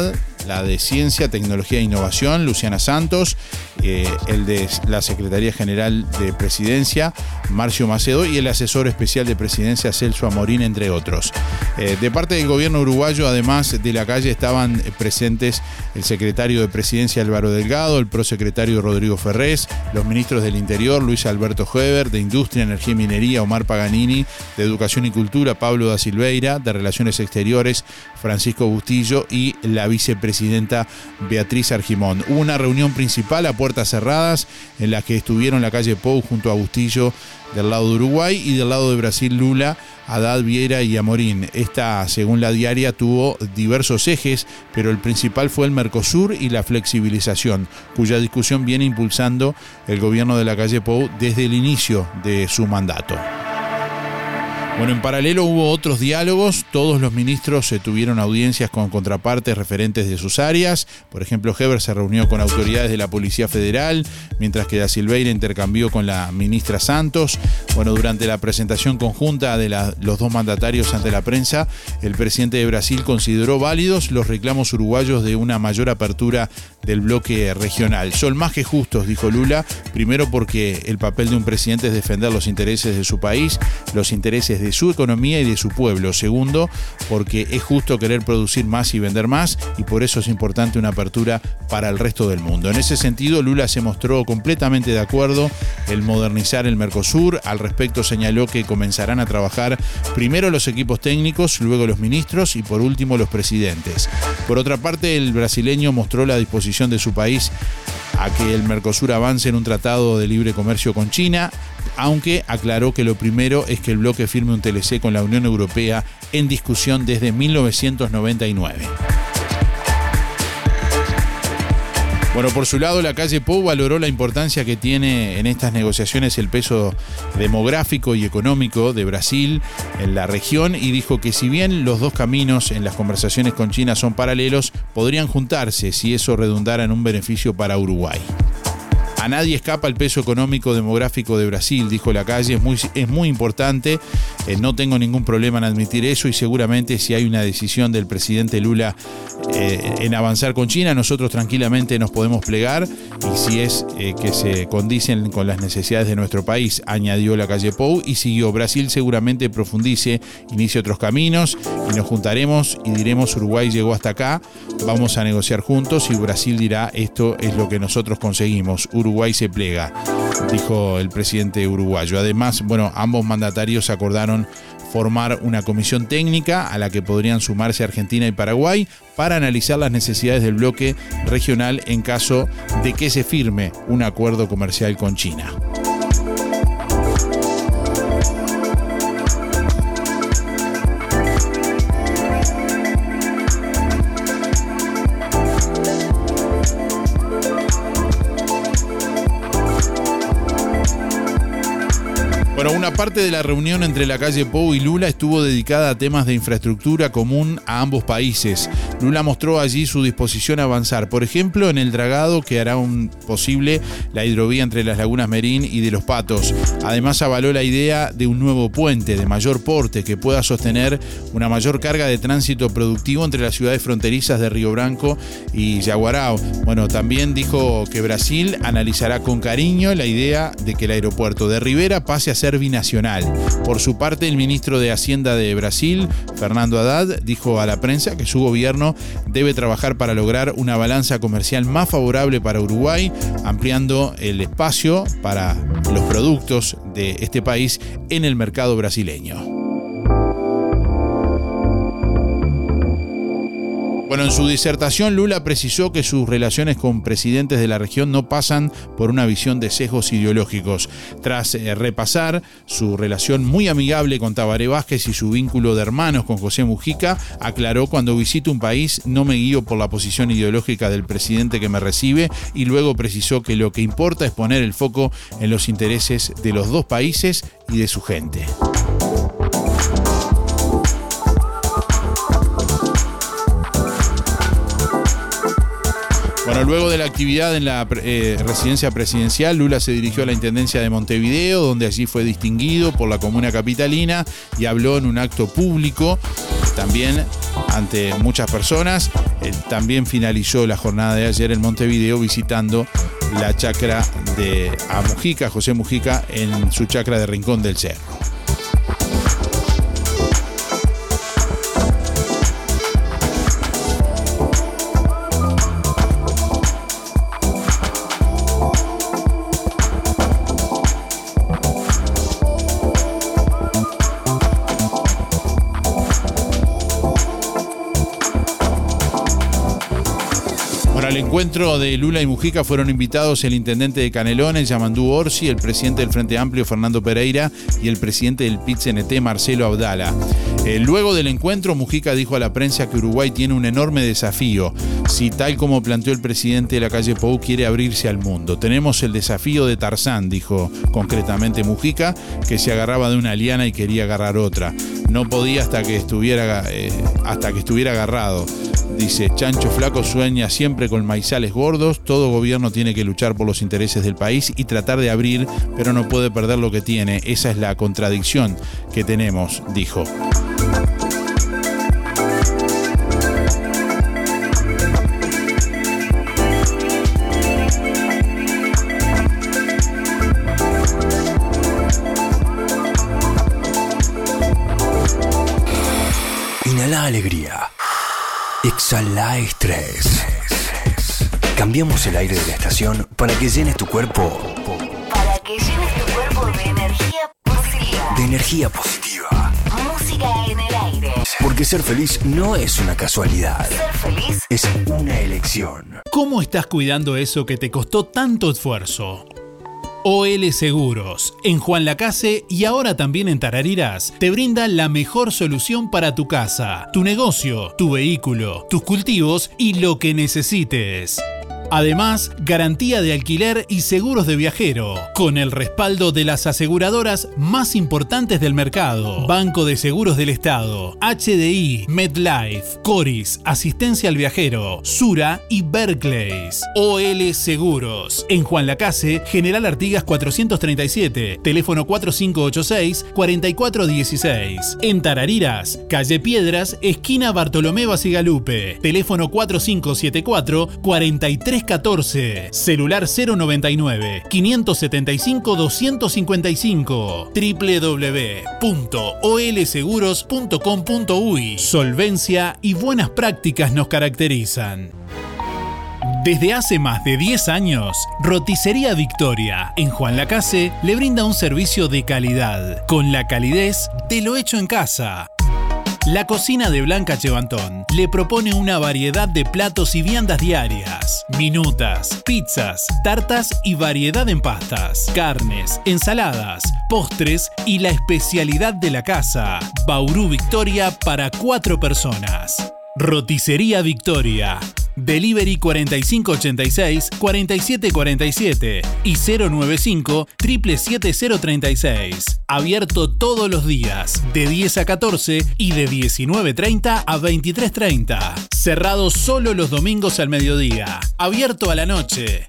la de Ciencia, Tecnología e Innovación, Luciana Santos, eh, el de la Secretaría General de Presidencia, Marcio Macedo, y el asesor especial de Presidencia, Celso Amorín, entre otros. Eh, de parte del gobierno uruguayo, además de la calle, estaban presentes el secretario de Presidencia, Álvaro Delgado, el prosecretario Rodrigo Ferrés, los ministros del Interior, Luis Alberto Heber, de Industria, Energía y Minería, Omar Paganini, de Educación y Cultura, Pablo da Silveira, de Relaciones Exteriores, Francisco Bustillo, y la vicepresidenta Beatriz Argimón. Hubo una reunión principal a puertas cerradas en la que estuvieron la calle Pou junto a Bustillo del lado de Uruguay y del lado de Brasil Lula, Haddad, Vieira y Amorín. Esta, según la diaria, tuvo diversos ejes, pero el principal fue el Mercosur y la flexibilización, cuya discusión viene impulsando el gobierno de la calle Pou desde el inicio de su mandato. Bueno, en paralelo hubo otros diálogos. Todos los ministros eh, tuvieron audiencias con contrapartes referentes de sus áreas. Por ejemplo, Heber se reunió con autoridades de la Policía Federal, mientras que da Silveira intercambió con la ministra Santos. Bueno, durante la presentación conjunta de la, los dos mandatarios ante la prensa, el presidente de Brasil consideró válidos los reclamos uruguayos de una mayor apertura del bloque regional. Son más que justos, dijo Lula, primero porque el papel de un presidente es defender los intereses de su país, los intereses de de su economía y de su pueblo. Segundo, porque es justo querer producir más y vender más, y por eso es importante una apertura para el resto del mundo. En ese sentido, Lula se mostró completamente de acuerdo en modernizar el Mercosur. Al respecto, señaló que comenzarán a trabajar primero los equipos técnicos, luego los ministros y por último los presidentes. Por otra parte, el brasileño mostró la disposición de su país a que el Mercosur avance en un tratado de libre comercio con China, aunque aclaró que lo primero es que el bloque firme un T L C con la Unión Europea, en discusión desde mil novecientos noventa y nueve. Bueno, por su lado, la calle Pou valoró la importancia que tiene en estas negociaciones el peso demográfico y económico de Brasil en la región, y dijo que si bien los dos caminos en las conversaciones con China son paralelos, podrían juntarse si eso redundara en un beneficio para Uruguay. A nadie escapa el peso económico demográfico de Brasil, dijo la calle, es muy, es muy importante, eh, no tengo ningún problema en admitir eso, y seguramente si hay una decisión del presidente Lula eh, en avanzar con China, nosotros tranquilamente nos podemos plegar, y si es eh, que se condicen con las necesidades de nuestro país, añadió la calle Pou, y siguió: Brasil seguramente profundice, inicie otros caminos, y nos juntaremos y diremos Uruguay llegó hasta acá, vamos a negociar juntos, y Brasil dirá esto es lo que nosotros conseguimos, Uruguay se plega, dijo el presidente uruguayo. Además, bueno, ambos mandatarios acordaron formar una comisión técnica a la que podrían sumarse Argentina y Paraguay para analizar las necesidades del bloque regional en caso de que se firme un acuerdo comercial con China. Bueno, una parte de la reunión entre la calle Pou y Lula estuvo dedicada a temas de infraestructura común a ambos países. Lula mostró allí su disposición a avanzar, por ejemplo, en el dragado que hará un posible la hidrovía entre las lagunas Merín y de Los Patos. Además, avaló la idea de un nuevo puente de mayor porte que pueda sostener una mayor carga de tránsito productivo entre las ciudades fronterizas de Río Branco y Yaguarão. Bueno, también dijo que Brasil analizará con cariño la idea de que el aeropuerto de Rivera pase a ser binacional. Por su parte, el ministro de Hacienda de Brasil, Fernando Haddad, dijo a la prensa que su gobierno debe trabajar para lograr una balanza comercial más favorable para Uruguay, ampliando el espacio para los productos de este país en el mercado brasileño. Bueno, en su disertación, Lula precisó que sus relaciones con presidentes de la región no pasan por una visión de sesgos ideológicos. Tras eh, repasar su relación muy amigable con Tabaré Vázquez y su vínculo de hermanos con José Mujica, aclaró: cuando visito un país no me guío por la posición ideológica del presidente que me recibe, y luego precisó que lo que importa es poner el foco en los intereses de los dos países y de su gente. Bueno, luego de la actividad en la eh, residencia presidencial, Lula se dirigió a la Intendencia de Montevideo, donde allí fue distinguido por la comuna capitalina y habló en un acto público, también ante muchas personas. Eh, también finalizó la jornada de ayer en Montevideo visitando la chacra de a Mujica, José Mujica, en su chacra de Rincón del Cerro. Al encuentro de Lula y Mujica fueron invitados el intendente de Canelones, Yamandú Orsi, el presidente del Frente Amplio, Fernando Pereira, y el presidente del P I T C N T, Marcelo Abdala. Eh, luego del encuentro, Mujica dijo a la prensa que Uruguay tiene un enorme desafío. Si tal como planteó el presidente de la calle Pou quiere abrirse al mundo. Tenemos el desafío de Tarzán, dijo concretamente Mujica, que se agarraba de una liana y quería agarrar otra. No podía hasta que estuviera, eh, hasta que estuviera agarrado. Dice, Chancho Flaco sueña siempre con maizales gordos, todo gobierno tiene que luchar por los intereses del país y tratar de abrir, pero no puede perder lo que tiene. Esa es la contradicción que tenemos, dijo. Inhala alegría. Exhala estrés. Cambiamos el aire de la estación para que llenes tu cuerpo. Para que llenes tu cuerpo de energía positiva. De energía positiva. Música en el aire. Porque ser feliz no es una casualidad. Ser feliz es una elección. ¿Cómo estás cuidando eso que te costó tanto esfuerzo? O L Seguros, en Juan Lacase y ahora también en Tarariras, te brinda la mejor solución para tu casa, tu negocio, tu vehículo, tus cultivos y lo que necesites. Además, garantía de alquiler y seguros de viajero, con el respaldo de las aseguradoras más importantes del mercado. Banco de Seguros del Estado, H D I, MetLife, Coris, Asistencia al Viajero, Sura y Berkeley's. O L Seguros, en Juan Lacase, General Artigas cuatrocientos treinta y siete, teléfono cuatro cinco ocho seis, cuatro cuatro uno seis. En Tarariras, calle Piedras, esquina Bartolomé Basigalupe, teléfono cuatro cinco siete cuatro, cuatro tres catorce, celular cero noventa y nueve, quinientos setenta y cinco, doscientos cincuenta y cinco, doble u doble u doble u punto o l seguros punto com punto u y. Solvencia y buenas prácticas nos caracterizan. Desde hace más de diez años, Roticería Victoria, en Juan Lacase, le brinda un servicio de calidad, con la calidez de lo hecho en casa. La cocina de Blanca Chevantón le propone una variedad de platos y viandas diarias, minutas, pizzas, tartas y variedad en pastas, carnes, ensaladas, postres y la especialidad de la casa, Bauru Victoria para cuatro personas. Roticería Victoria. Delivery cuatro cinco ocho seis, cuatro siete cuatro siete y cero nueve cinco, siete siete cero tres seis. Abierto todos los días, de diez a catorce y de diecinueve treinta a veintitrés treinta. Cerrado solo los domingos al mediodía. Abierto a la noche.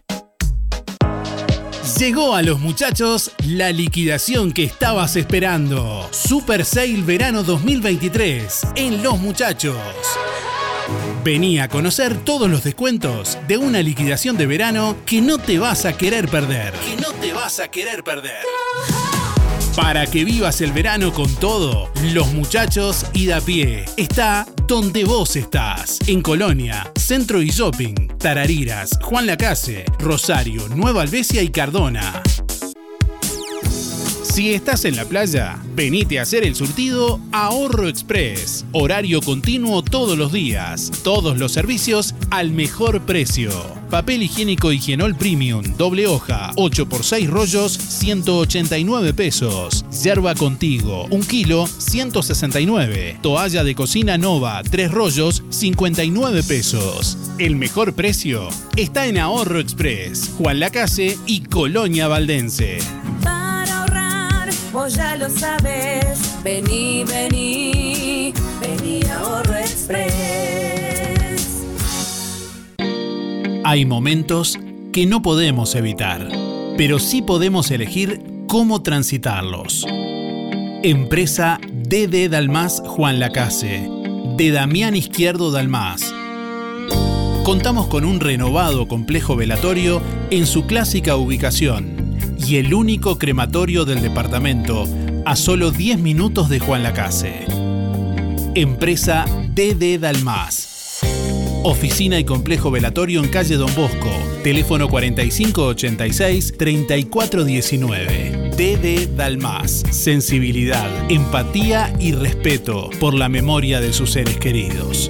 Llegó a los muchachos la liquidación que estabas esperando. Super Sale Verano dos mil veintitrés en Los Muchachos. Vení a conocer todos los descuentos de una liquidación de verano que no te vas a querer perder. Que no te vas a querer perder. Para que vivas el verano con todo, Los Muchachos y Da Pie está donde vos estás. En Colonia, Centro y Shopping, Tarariras, Juan Lacase, Rosario, Nueva Albesia y Cardona. Si estás en la playa, venite a hacer el surtido Ahorro Express. Horario continuo todos los días. Todos los servicios al mejor precio. Papel higiénico Higienol Premium, doble hoja, ocho por seis rollos, ciento ochenta y nueve pesos. Yerba Contigo, un kilo, ciento sesenta y nueve. Toalla de cocina Nova, tres rollos, cincuenta y nueve pesos. El mejor precio está en Ahorro Express, Juan Lacase y Colonia Valdense. Vos ya lo sabes, vení, vení, vení a Ahorro Express. Hay momentos que no podemos evitar, pero sí podemos elegir cómo transitarlos. Empresa D D Dalmás Juan Lacase, de Damián Izquierdo Dalmás. Contamos con un renovado complejo velatorio en su clásica ubicación y el único crematorio del departamento a solo diez minutos de Juan Lacase. Empresa D D Dalmás. Oficina y complejo velatorio en calle Don Bosco. Teléfono cuarenta y cinco ochenta y seis treinta y cuatro diecinueve. D D Dalmás. Sensibilidad, empatía y respeto por la memoria de sus seres queridos.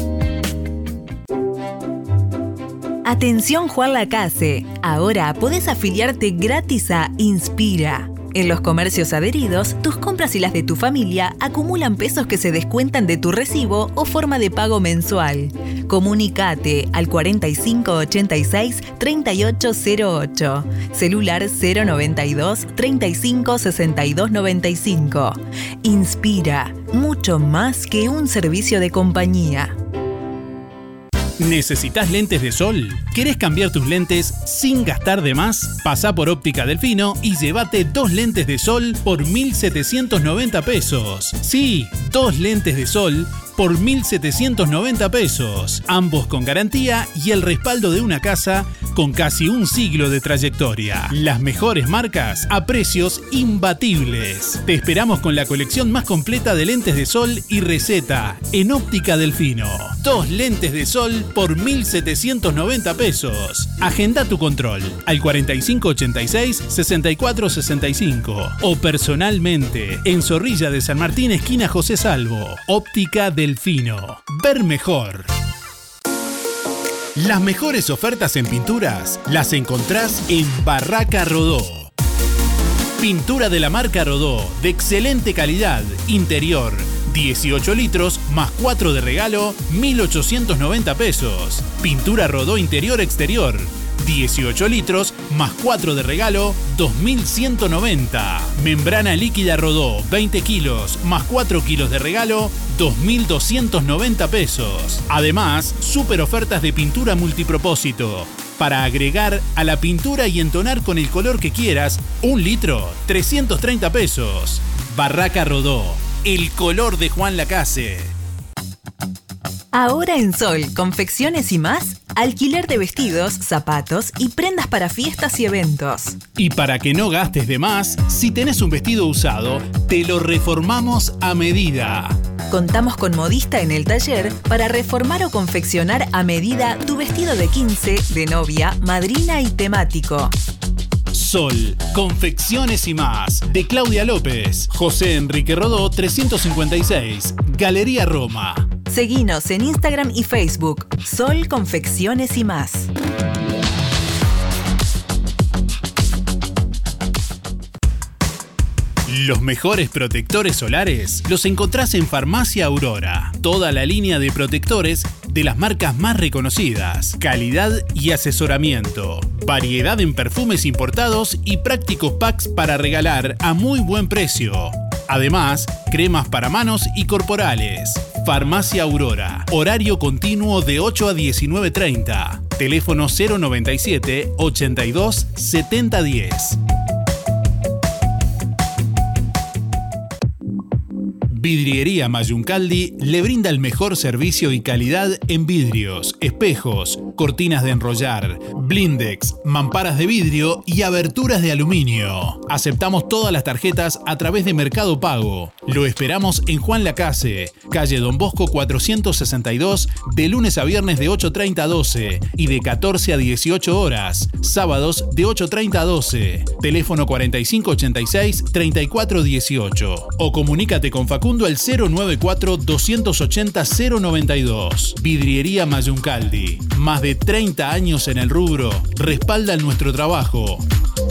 Atención Juan Lacase. Ahora podés afiliarte gratis a Inspira. En los comercios adheridos, tus compras y las de tu familia acumulan pesos que se descuentan de tu recibo o forma de pago mensual. Comunicate al cuarenta y cinco ochenta y seis treinta y ocho cero ocho. Celular cero noventa y dos treinta y cinco sesenta y dos noventa y cinco. Inspira, mucho más que un servicio de compañía. ¿Necesitas lentes de sol? ¿Querés cambiar tus lentes sin gastar de más? Pasá por Óptica Delfino y llévate dos lentes de sol por mil setecientos noventa pesos. Sí, dos lentes de sol por mil setecientos noventa pesos. Ambos con garantía y el respaldo de una casa con casi un siglo de trayectoria. Las mejores marcas a precios imbatibles. Te esperamos con la colección más completa de lentes de sol y receta en Óptica Delfino. Dos lentes de sol por mil setecientos noventa pesos. Agenda tu control al cuarenta y cinco ochenta y seis sesenta y cuatro sesenta y cinco o personalmente en Zorrilla de San Martín, esquina José Salvo. Óptica Delfino. Ver mejor. Las mejores ofertas en pinturas las encontrás en Barraca Rodó. Pintura de la marca Rodó, de excelente calidad, interior, dieciocho litros más cuatro de regalo, mil ochocientos noventa pesos. Pintura Rodó interior-exterior, dieciocho litros más cuatro de regalo, dos mil ciento noventa. Membrana líquida Rodó, veinte kilos más cuatro kilos de regalo, dos mil doscientos noventa pesos. Además, super ofertas de pintura multipropósito. Para agregar a la pintura y entonar con el color que quieras, un litro, trescientos treinta pesos. Barraca Rodó, el color de Juan Lacase. Ahora en Sol, confecciones y más, alquiler de vestidos, zapatos y prendas para fiestas y eventos. Y para que no gastes de más, si tenés un vestido usado, te lo reformamos a medida. Contamos con modista en el taller para reformar o confeccionar a medida tu vestido de quince, de novia, madrina y temático. Sol, confecciones y más, de Claudia López, José Enrique Rodó trescientos cincuenta y seis, Galería Roma. Seguinos en Instagram y Facebook, Sol, confecciones y más. Los mejores protectores solares los encontrás en Farmacia Aurora. Toda la línea de protectores de las marcas más reconocidas, calidad y asesoramiento, variedad en perfumes importados y prácticos packs para regalar a muy buen precio. Además, cremas para manos y corporales. Farmacia Aurora, horario continuo de ocho a diecinueve treinta. Teléfono cero noventa y siete ochenta y dos setenta diez. Vidriería Mayuncaldi le brinda el mejor servicio y calidad en vidrios, espejos, cortinas de enrollar, blindex, mamparas de vidrio y aberturas de aluminio. Aceptamos todas las tarjetas a través de Mercado Pago. Lo esperamos en Juan Lacase, calle Don Bosco cuatrocientos sesenta y dos, de lunes a viernes de ocho treinta a doce y de catorce a dieciocho horas, sábados de ocho treinta a doce. Teléfono cuarenta y cinco ochenta y seis treinta y cuatro dieciocho o comunícate con Facundo al cero noventa y cuatro doscientos ochenta cero noventa y dos. Vidriería Mayuncaldi. Más de treinta años en el rubro respaldan nuestro trabajo.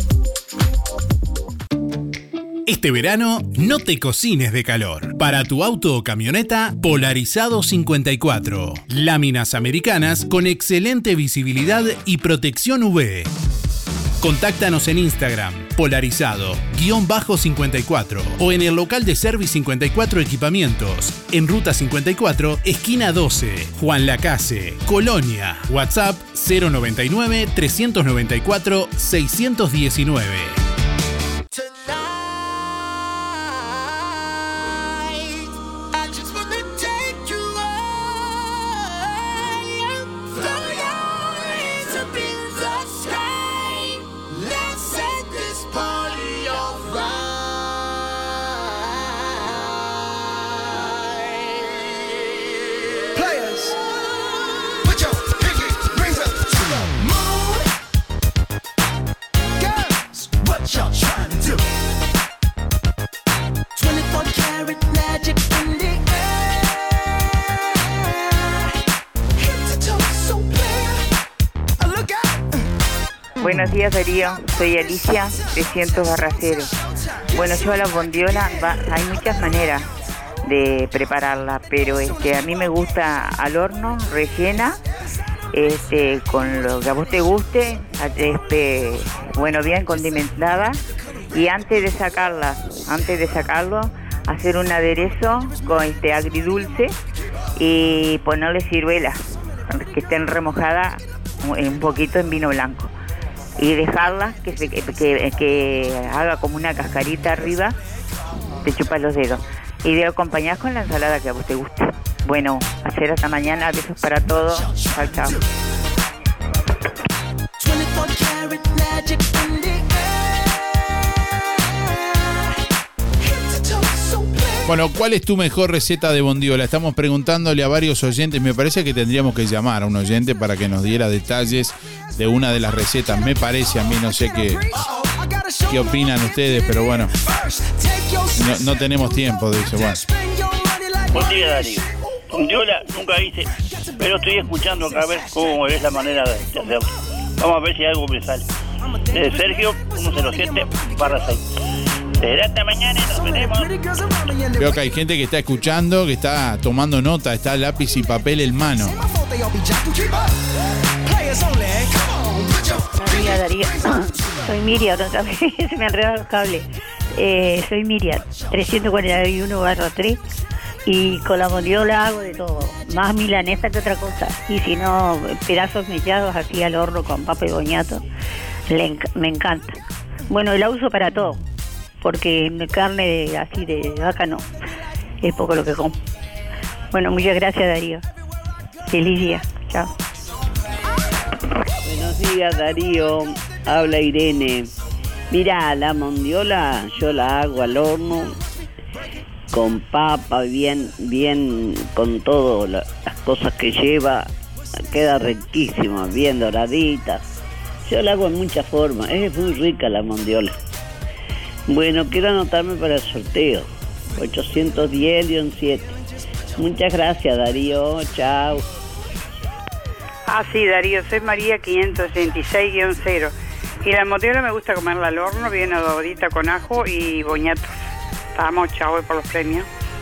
Este verano no te cocines de calor. Para tu auto o camioneta, Polarizado cincuenta y cuatro. Láminas americanas con excelente visibilidad y protección U V. Contáctanos en Instagram, polarizado, guión bajo cincuenta y cuatro, o en el local de Service cincuenta y cuatro Equipamientos, en Ruta cincuenta y cuatro, esquina doce, Juan Lacase, Colonia. WhatsApp cero noventa y nueve, trescientos noventa y cuatro, seiscientos diecinueve. Buenos días, Darío. Soy Alicia, trescientos barra cero. Bueno, yo a la bondiola, va, hay muchas maneras de prepararla, pero este, a mí me gusta al horno, rellena, este, con lo que a vos te guste, este, bueno, bien condimentada, y antes de sacarla, antes de sacarlo, hacer un aderezo con este agridulce y ponerle ciruelas que estén remojadas un poquito en vino blanco. Y dejarla que, se, que, que, que haga como una cascarita arriba, te chupas los dedos. Y de acompañar con la ensalada que a vos te guste. Bueno, hacer hasta mañana, besos para todos. Chao, chao. Bueno, ¿cuál es tu mejor receta de bondiola? Estamos preguntándole a varios oyentes. Me parece que tendríamos que llamar a un oyente para que nos diera detalles de una de las recetas. Me parece a mí, no sé qué, qué opinan ustedes, pero bueno, no, no tenemos tiempo de eso. Bueno. Buen día, Darío. Bondiola nunca hice, pero estoy escuchando acá a ver cómo es la manera de hacerlo. Vamos a ver si algo me sale. De Sergio, ciento siete barra seis. Será hasta mañana y nos veremos. Veo que hay gente que está escuchando, que está tomando nota, está lápiz y papel en mano. Buen día, Darío. Soy Miriam, otra vez se me enredaron los cables. Eh, soy Miriam, trescientos cuarenta y uno barra tres. Y con la bondiola hago de todo, más milanesa que otra cosa. Y si no, pedazos mechados así al horno con papa y boñato. Le enc- me encanta. Bueno, y la uso para todo, porque carne de, así de vaca no, es poco lo que como. Bueno, muchas gracias, Darío. Feliz día. Chao. Buenos días, Darío. Habla Irene. Mirá, la mondiola yo la hago al horno con papa, bien, bien, con todas las cosas que lleva. Queda riquísima, bien doradita. Yo la hago en muchas formas. Es muy rica la mondiola. Bueno, quiero anotarme para el sorteo. ochocientos diez siete. Muchas gracias, Darío. Chao. Ah, sí, Darío. Soy María, quinientos sesenta y seis cero. Y la mondiola me gusta comerla al horno, bien adoradita con ajo y boñatos. Vamos, chao, voy por los premios.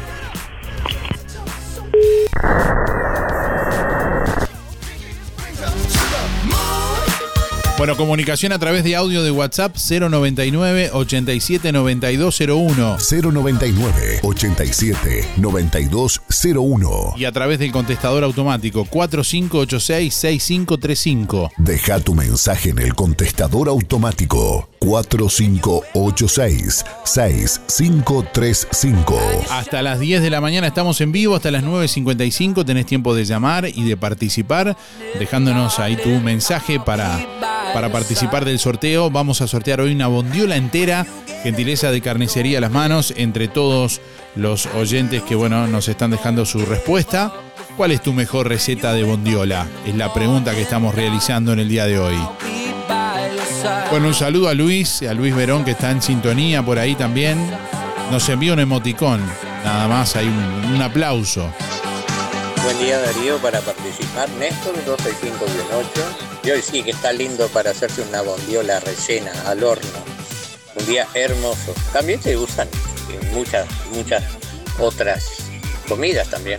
Bueno, comunicación a través de audio de WhatsApp cero noventa y nueve, ochenta y siete, noventa y dos cero uno. cero noventa y nueve, ochenta y siete, noventa y dos cero uno. Y a través del contestador automático cuatro cinco ocho seis, seis cinco tres cinco. Deja tu mensaje en el contestador automático cuatro cinco ocho seis, seis cinco tres cinco. Hasta las diez de la mañana estamos en vivo, hasta las nueve cincuenta y cinco tenés tiempo de llamar y de participar, dejándonos ahí tu mensaje para, para participar del sorteo. Vamos a sortear hoy una bondiola entera, gentileza de Carnicería Las Manos, entre todos los oyentes que, bueno, nos están dejando su respuesta. ¿Cuál es tu mejor receta de bondiola? Es la pregunta que estamos realizando en el día de hoy. Bueno, un saludo a Luis, a Luis Verón, que está en sintonía por ahí también. Nos envía un emoticón, nada más, hay un, un aplauso. Buen día, Darío, para participar. Néstor, doscientos sesenta y cinco ocho. Y hoy sí que está lindo para hacerse una bondiola rellena al horno. Un día hermoso. También se usan en muchas, muchas otras comidas también.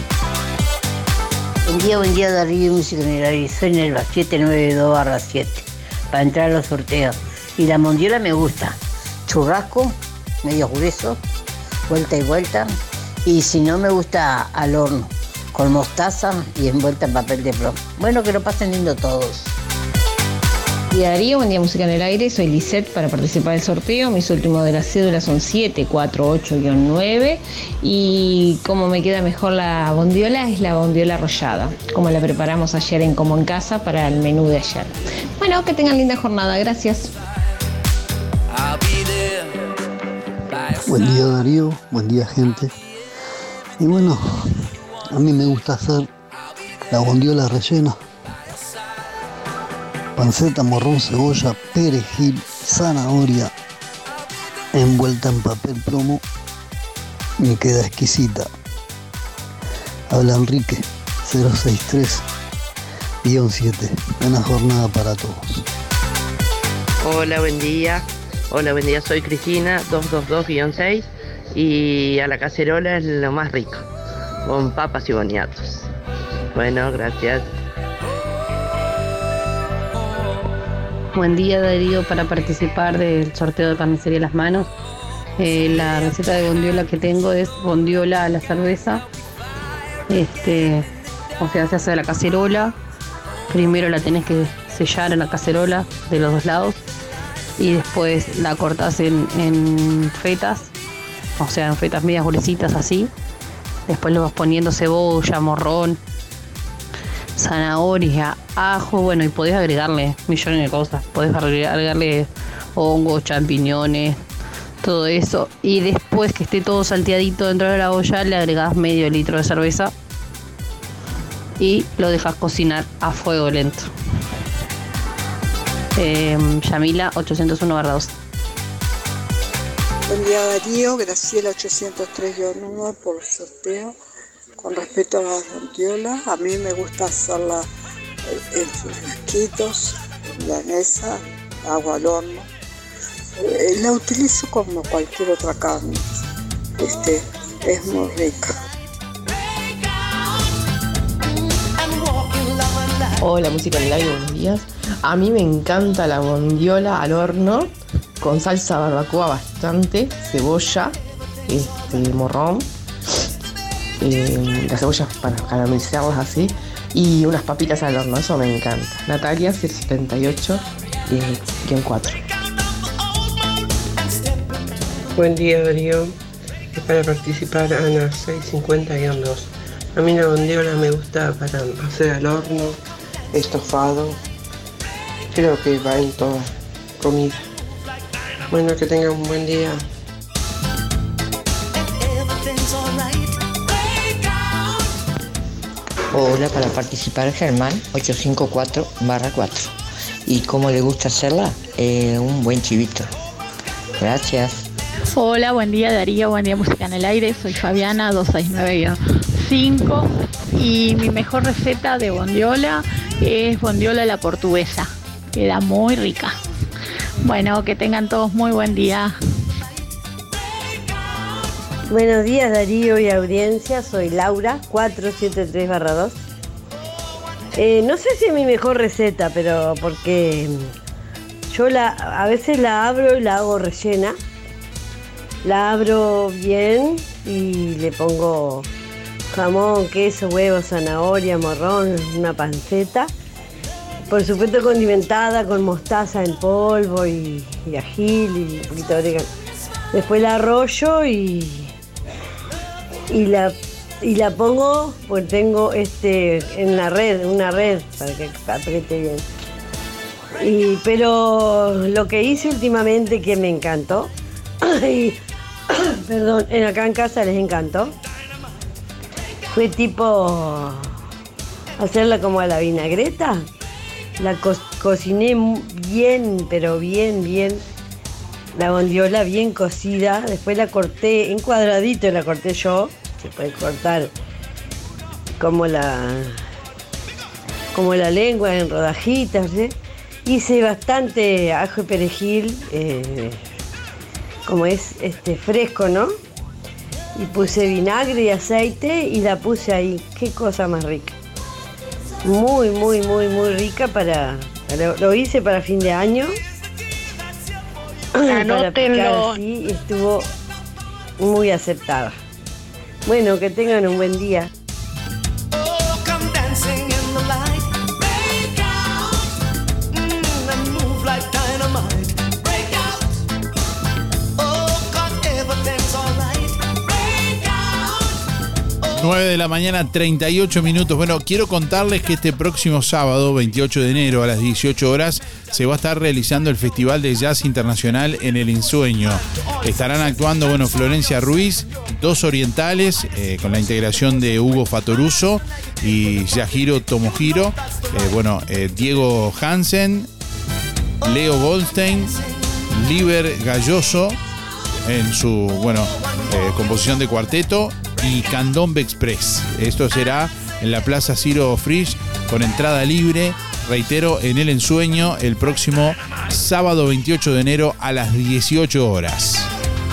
Buen día, buen día, Darío, música en el aire. Soy Nelva, setecientos noventa y dos barra siete. para entrar a los sorteos. Y la bondiola me gusta. Churrasco, medio grueso, vuelta y vuelta. Y si no, me gusta al horno, con mostaza y envuelta en papel de plomo. Bueno, que lo pasen lindo todos. Y Darío, buen día, música en el aire. Soy Lisette para participar del sorteo. Mis últimos de la cédula son siete cuatro ocho nueve. Y como me queda mejor la bondiola, es la bondiola arrollada, como la preparamos ayer en Como en Casa para el menú de ayer. Bueno, que tengan linda jornada. Gracias. Buen día, Darío. Buen día, gente. Y bueno, a mí me gusta hacer la bondiola rellena. Panceta, morrón, cebolla, perejil, zanahoria, envuelta en papel plomo, me queda exquisita. Habla Enrique, cero seis tres guión siete. Buena jornada para todos. Hola, buen día. Hola, buen día, soy Cristina, doscientos veintidós guión seis. Y a la cacerola es lo más rico, con papas y boniatos. Bueno, gracias. Buen día, Darío, para participar del sorteo de Carnicería Las Manos. Eh, la receta de bondiola que tengo es bondiola a la cerveza. Este, o sea, se hace de la cacerola. Primero la tenés que sellar en la cacerola de los dos lados y después la cortás en, en fetas, o sea, en fetas medias gruesitas así. Después le vas poniendo cebolla, morrón, zanahoria, ajo, bueno, y podés agregarle millones de cosas. Podés agregarle hongos, champiñones, todo eso. Y después que esté todo salteadito dentro de la olla, le agregás medio litro de cerveza y lo dejas cocinar a fuego lento. Eh, Yamila, ochocientos uno barra dos. Buen día, Darío. Graciela, ochocientos tres guión uno por el sorteo. Con respecto a las bondiolas, a mí me gusta hacerla en sus frasquitos, milanesa, agua al horno. Eh, la utilizo como cualquier otra carne. Este, es muy rica. Hola, música en el aire, buenos días. A mí me encanta la bondiola al horno con salsa barbacoa bastante, cebolla, este, morrón, eh, las cebollas para caramelizarlas así y unas papitas al horno, eso me encanta. Natalia, setenta y ocho guión cuatro. Buen día, Darío. Es para participar Ana, seiscientos cincuenta guión dos. A mí la bondiola me gusta para hacer al horno, estofado. Creo que va en toda comida. Bueno, que tengan un buen día. Hola, para participar Germán, ochocientos cincuenta y cuatro barra cuatro. ¿Y cómo le gusta hacerla? Eh, un buen chivito. Gracias. Hola, buen día Darío, buen día Música en el Aire. Soy Fabiana, doscientos sesenta y nueve guión cinco. Y mi mejor receta de bondiola es bondiola a la portuguesa. Queda muy rica. Bueno, que tengan todos muy buen día. Buenos días, Darío y audiencia. Soy Laura, cuatrocientos setenta y tres barra dos. Eh, no sé si es mi mejor receta, pero porque yo la, a veces la abro y la hago rellena. La abro bien y le pongo jamón, queso, huevo, zanahoria, morrón, una panceta. Por supuesto condimentada con mostaza en polvo y, y ajil y un poquito de orégano. Después la arrollo y, y, la, y la pongo, pues tengo este, en la red, una red para que apriete bien. Y, pero lo que hice últimamente que me encantó, y, perdón, en acá en casa les encantó, fue tipo hacerla como a la vinagreta. La co- cociné bien, pero bien, bien. La bondiola bien cocida. Después la corté en cuadradito, la corté yo. Se puede cortar como la, como la lengua en rodajitas, ¿sí? Hice bastante ajo y perejil, eh, como es este fresco, ¿no? Y puse vinagre y aceite y la puse ahí. Qué cosa más rica. Muy, muy, muy, muy rica para, Lo, lo hice para fin de año. Para picar Anótenlo. así, y estuvo muy aceptada. Bueno, que tengan un buen día. nueve de la mañana, treinta y ocho minutos. Bueno, quiero contarles que este próximo sábado, veintiocho de enero, a las dieciocho horas, se va a estar realizando el Festival de Jazz Internacional en El Ensueño. Estarán actuando, bueno, Florencia Ruiz, Dos Orientales, eh, con la integración de Hugo Fatoruso y Yajiro Tomohiro, eh, bueno, eh, Diego Hansen, Leo Goldstein, Liber Galloso, en su, bueno, eh, composición de cuarteto, y Candombe Express. Esto será en la Plaza Ciro Frisch con entrada libre, reitero, en El Ensueño, el próximo sábado veintiocho de enero a las dieciocho horas.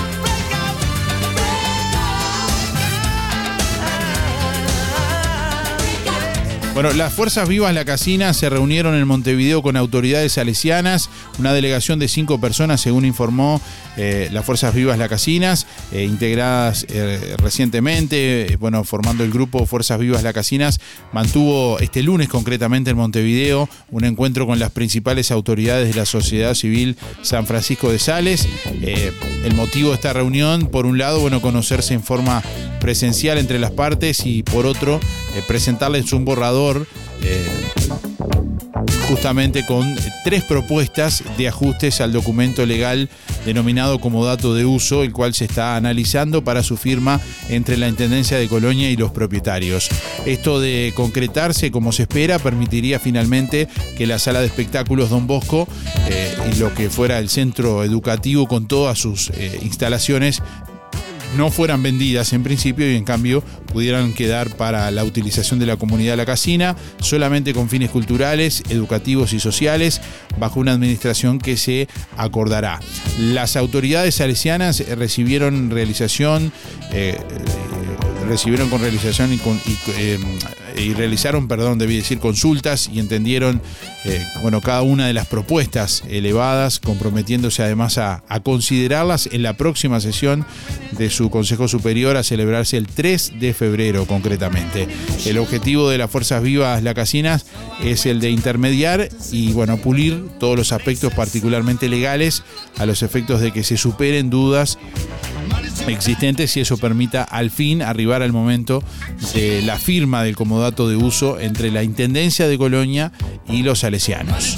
Bueno, las Fuerzas Vivas La Casina se reunieron en Montevideo con autoridades salesianas, una delegación de cinco personas, según informó eh, las Fuerzas Vivas La Casinas, eh, integradas eh, recientemente, eh, bueno, formando el grupo Fuerzas Vivas La Casinas, mantuvo este lunes concretamente en Montevideo un encuentro con las principales autoridades de la sociedad civil San Francisco de Sales. Eh, el motivo de esta reunión, por un lado, bueno, conocerse en forma presencial entre las partes y por otro, eh, presentarles un borrador Eh, justamente con tres propuestas de ajustes al documento legal denominado como dato de uso, el cual se está analizando para su firma entre la Intendencia de Colonia y los propietarios. Esto, de concretarse como se espera, permitiría finalmente que la sala de espectáculos Don Bosco eh, y lo que fuera el centro educativo con todas sus eh, instalaciones no fueran vendidas en principio y en cambio pudieran quedar para la utilización de la comunidad de La Casina, solamente con fines culturales, educativos y sociales, bajo una administración que se acordará. Las autoridades salesianas recibieron realización, eh, recibieron con realización y, con, y, eh, y realizaron, perdón, debí decir consultas y entendieron eh, bueno, cada una de las propuestas elevadas, comprometiéndose además a, a considerarlas en la próxima sesión de su Consejo Superior a celebrarse el tres de febrero concretamente. El objetivo de las Fuerzas Vivas La Casinas es el de intermediar y, bueno, pulir todos los aspectos particularmente legales a los efectos de que se superen dudas existentes y eso permita al fin arribar al momento de la firma del comodato de uso entre la Intendencia de Colonia y los salesianos.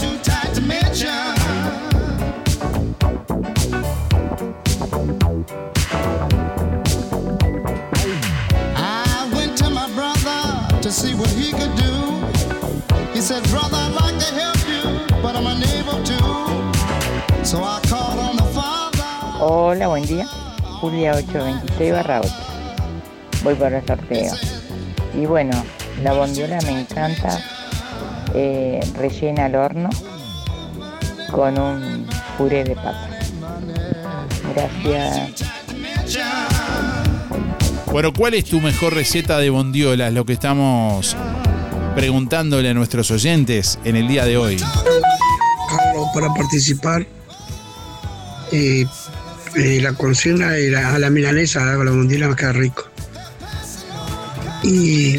Hola, buen día. Julia ochocientos veintiséis barra ocho. Voy para el sorteo. Y bueno, la bondiola me encanta, eh, rellena al horno con un puré de papa. Gracias. Bueno, ¿cuál es tu mejor receta de bondiola? Es lo que estamos preguntándole a nuestros oyentes en el día de hoy. Carlos, para participar, eh, eh, la consigna era a la milanesa, con la bondiola me queda rico. Y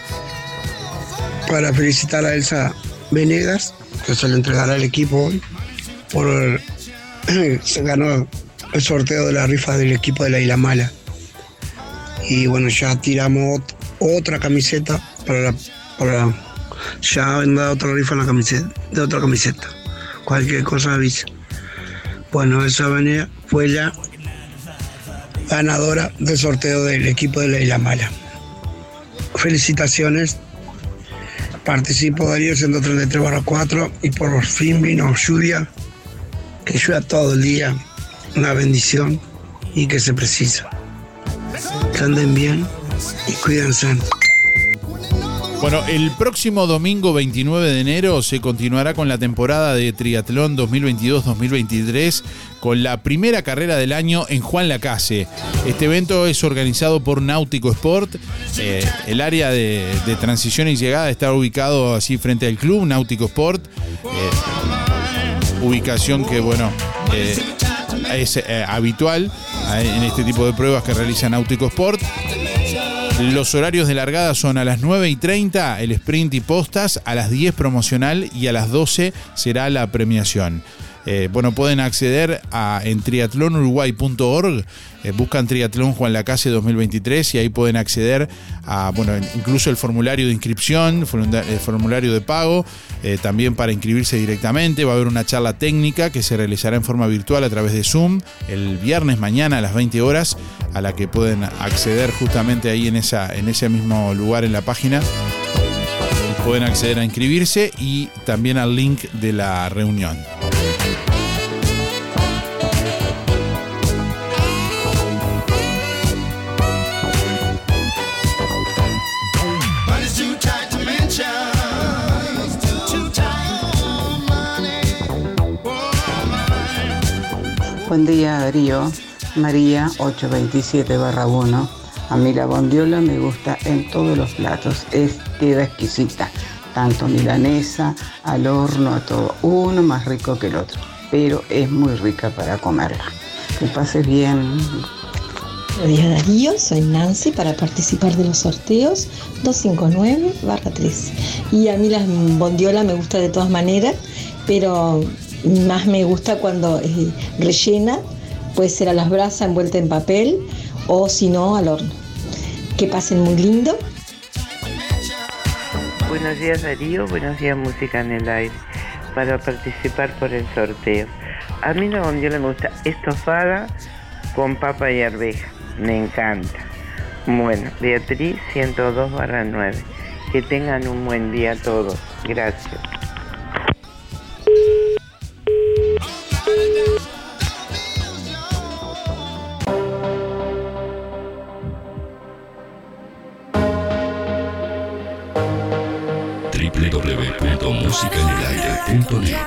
para felicitar a Elsa Venegas, que se le entregará al equipo hoy, por se ganó el sorteo de la rifa del equipo de la Isla Mala. Y bueno, ya tiramos otra camiseta para, la, para ya han dado otra rifa en la camiseta, de otra camiseta. Cualquier cosa avisa. Bueno, Elsa Venegas fue la ganadora del sorteo del equipo de la Isla Mala. Felicitaciones. Participo Darío ciento treinta y tres barra cuatro y por fin vino lluvia, que llueva todo el día, una bendición y que se precisa. Que anden bien y cuídense. Bueno, el próximo domingo veintinueve de enero se continuará con la temporada de triatlón dos mil veintidós dos mil veintitrés con la primera carrera del año en Juan Lacase. Este evento es organizado por Náutico Sport. Eh, el área de, de transición y llegada está ubicado así frente al club Náutico Sport. Eh, ubicación que, bueno, eh, es eh, habitual eh, en este tipo de pruebas que realiza Náutico Sport. Los horarios de largada son a las nueve y treinta el sprint y postas, a las diez promocional y a las doce será la premiación. Eh, bueno, pueden acceder a, en triatlón uruguay punto org, eh, buscan Triatlón Juan Lacase dos mil veintitrés y ahí pueden acceder a, bueno, incluso el formulario de inscripción, el formulario de pago, eh, también para inscribirse directamente. Va a haber una charla técnica que se realizará en forma virtual a través de Zoom el viernes mañana a las veinte horas, a la que pueden acceder justamente ahí en, esa, en ese mismo lugar en la página. Pueden acceder a inscribirse y también al link de la reunión. Buen día, Darío. María ocho veintisiete barra uno. A mí la bondiola me gusta en todos los platos. Es, queda exquisita. Tanto milanesa, al horno, a todo. Uno más rico que el otro. Pero es muy rica para comerla. Que pases bien. Buen día, Darío. Soy Nancy para participar de los sorteos doscientos cincuenta y nueve barra tres. Y a mí la bondiola me gusta de todas maneras, pero más me gusta cuando eh, rellena, puede ser a las brasas envuelta en papel o si no al horno. Que pasen muy lindo. Buenos días, Darío, buenos días, Música en el Aire, para participar por el sorteo. A mí la bondiola me gusta estofada con papa y arveja, me encanta. Bueno, Beatriz ciento dos barra nueve. Que tengan un buen día todos. Gracias. doble u doble u doble u punto música en el aire punto net.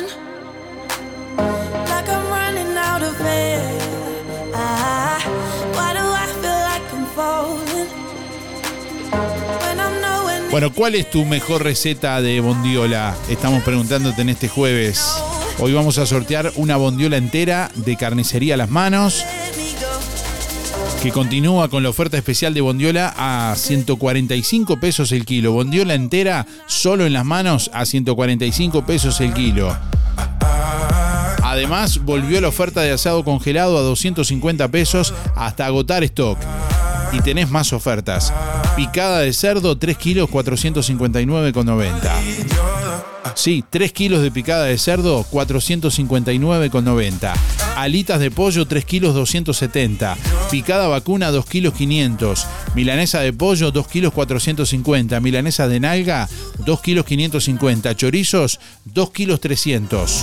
Bueno, ¿cuál es tu mejor receta de bondiola? Estamos preguntándote en este jueves. Hoy vamos a sortear una bondiola entera de Carnicería Las Manos, que continúa con la oferta especial de bondiola a ciento cuarenta y cinco pesos el kilo. Bondiola entera solo en Las Manos a ciento cuarenta y cinco pesos el kilo. Además, volvió la oferta de asado congelado a doscientos cincuenta pesos hasta agotar stock. Y tenés más ofertas. Picada de cerdo, tres kilos, cuatrocientos cincuenta y nueve con noventa. Sí, tres kilos de picada de cerdo, cuatrocientos cincuenta y nueve con noventa. Alitas de pollo, tres kilos, doscientos setenta. Picada vacuna, dos kilos, quinientos. Milanesa de pollo, dos kilos, cuatrocientos cincuenta. Milanesa de nalga, dos kilos, quinientos cincuenta. Chorizos, dos kilos, trescientos.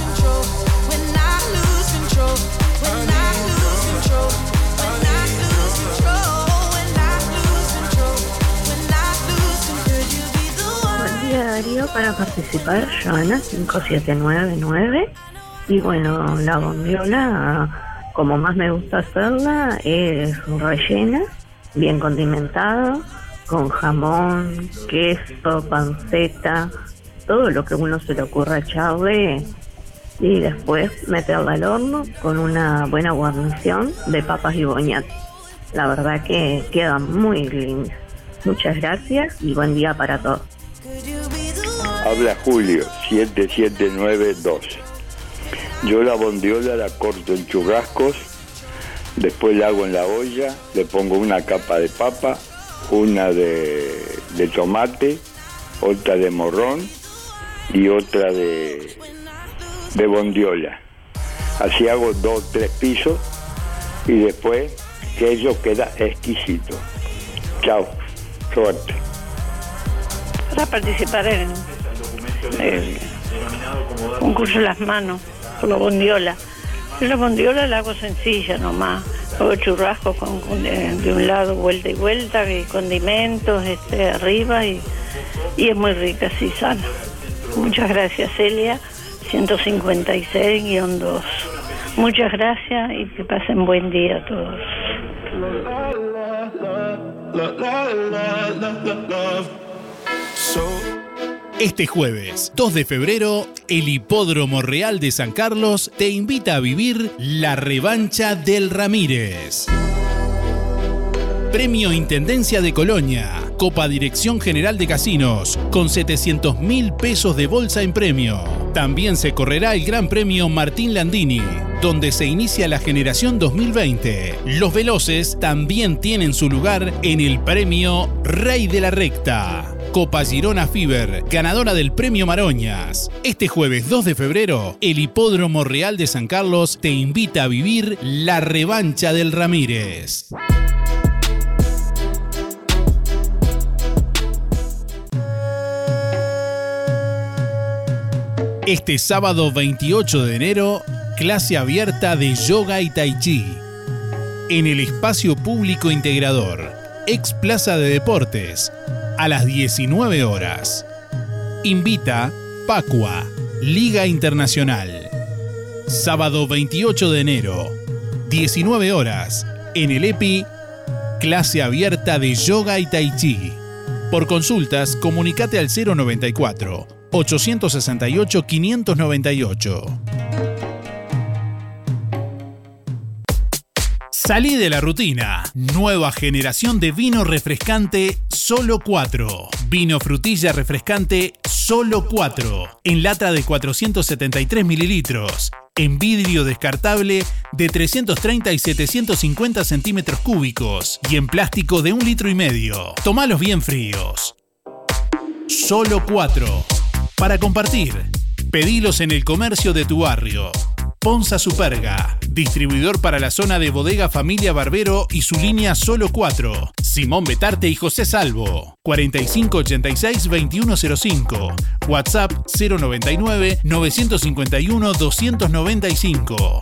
Darío, para participar, Joana cinco siete nueve nueve. Y bueno, la bondiola, como más me gusta hacerla, es rellena, bien condimentada, con jamón, queso, panceta, todo lo que uno se le ocurra echarle, y después meterla al horno con una buena guarnición de papas y boñatos. La verdad que queda muy linda. Muchas gracias y buen día para todos. Habla Julio, siete siete nueve dos. Yo la bondiola la corto en churrascos, después la hago en la olla, le pongo una capa de papa, una de, de tomate, otra de morrón y otra de, de bondiola. Así hago dos, tres pisos y después que eso queda exquisito. Chao, suerte. Para participar en el concurso Las Manos por la bondiola. Yo la bondiola la hago sencilla nomás. Hago churrascos con, con de, de un lado vuelta y vuelta, y condimentos este, arriba y y es muy rica, sí, sana. Muchas gracias, Celia, ciento cincuenta y seis guión dos. Muchas gracias y que pasen buen día a todos. Este jueves, dos de febrero, el Hipódromo Real de San Carlos te invita a vivir la revancha del Ramírez. Premio Intendencia de Colonia, Copa Dirección General de Casinos, con setecientos mil pesos de bolsa en premio. También se correrá el Gran Premio Martín Landini, donde se inicia la generación dos mil veinte. Los veloces también tienen su lugar en el Premio Rey de la Recta. Copa Girona Fiber, ganadora del Premio Maroñas. Este jueves dos de febrero, el Hipódromo Real de San Carlos te invita a vivir la revancha del Ramírez. Este sábado veintiocho de enero, clase abierta de yoga y tai chi en el Espacio Público Integrador, ex Plaza de Deportes, a las diecinueve horas. Invita Pacua, Liga Internacional. Sábado veintiocho de enero, diecinueve horas, en el E P I, clase abierta de yoga y tai chi. Por consultas, comunicate al cero noventa y cuatro, ochocientos sesenta y ocho, quinientos noventa y ocho. Salí de la rutina. Nueva generación de vino refrescante Solo cuatro. Vino frutilla refrescante Solo cuatro. En lata de cuatrocientos setenta y tres mililitros. En vidrio descartable de trescientos treinta y setecientos cincuenta centímetros cúbicos. Y en plástico de un litro y medio. Tomalos bien fríos. Solo cuatro. Para compartir. Pedilos en el comercio de tu barrio. Ponza Superga, distribuidor para la zona de Bodega Familia Barbero y su línea Solo cuatro. Simón Betarte y José Salvo. cuarenta y cinco ochenta y seis veintiuno cero cinco. WhatsApp cero noventa y nueve novecientos cincuenta y uno doscientos noventa y cinco.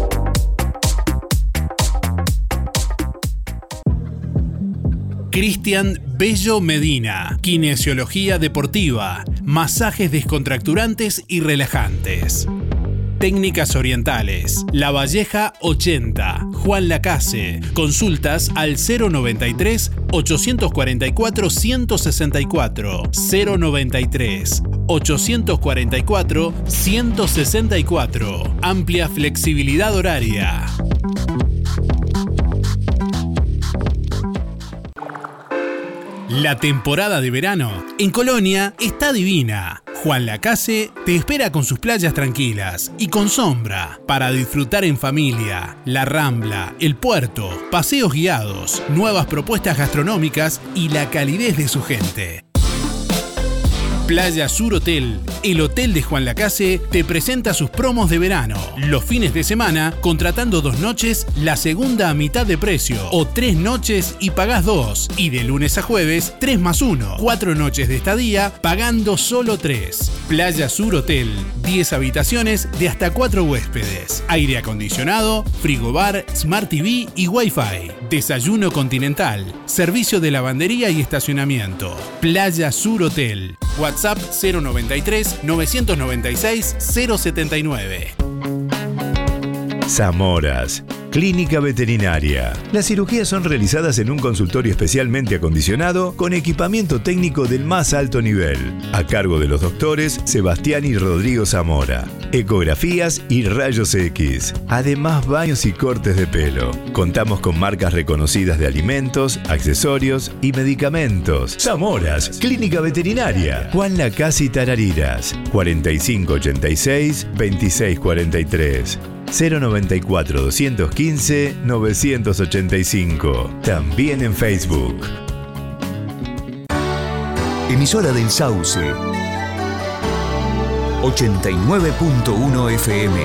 Cristian Bello Medina, kinesiología deportiva, masajes descontracturantes y relajantes. Técnicas orientales. La Valleja ochenta, Juan Lacase. Consultas al cero noventa y tres ochocientos cuarenta y cuatro ciento sesenta y cuatro. cero noventa y tres ochocientos cuarenta y cuatro ciento sesenta y cuatro. Amplia flexibilidad horaria. La temporada de verano en Colonia está divina. Juan Lacase te espera con sus playas tranquilas y con sombra para disfrutar en familia. La Rambla, el puerto, paseos guiados, nuevas propuestas gastronómicas y la calidez de su gente. Playa Sur Hotel, el hotel de Juan Lacase, te presenta sus promos de verano. Los fines de semana, contratando dos noches, la segunda a mitad de precio. O tres noches y pagás dos. Y de lunes a jueves, tres más uno. Cuatro noches de estadía, pagando solo tres. Playa Sur Hotel, diez habitaciones de hasta cuatro huéspedes. Aire acondicionado, frigobar, Smart T V y Wi-Fi. Desayuno continental, servicio de lavandería y estacionamiento. Playa Sur Hotel. WhatsApp cero noventa y tres novecientos noventa y seis cero setenta y nueve. Zamoras, Clínica Veterinaria. Las cirugías son realizadas en un consultorio especialmente acondicionado con equipamiento técnico del más alto nivel, a cargo de los doctores Sebastián y Rodrigo Zamora. Ecografías y rayos X. Además, baños y cortes de pelo. Contamos con marcas reconocidas de alimentos, accesorios y medicamentos. Zamoras, Clínica Veterinaria. Juan Lacase y Tarariras. cuarenta y cinco ochenta y seis veintiséis cuarenta y tres. cero noventa y cuatro doscientos quince novecientos ochenta y cinco. También en Facebook. Emisora del Sauce. ochenta y nueve punto uno F M.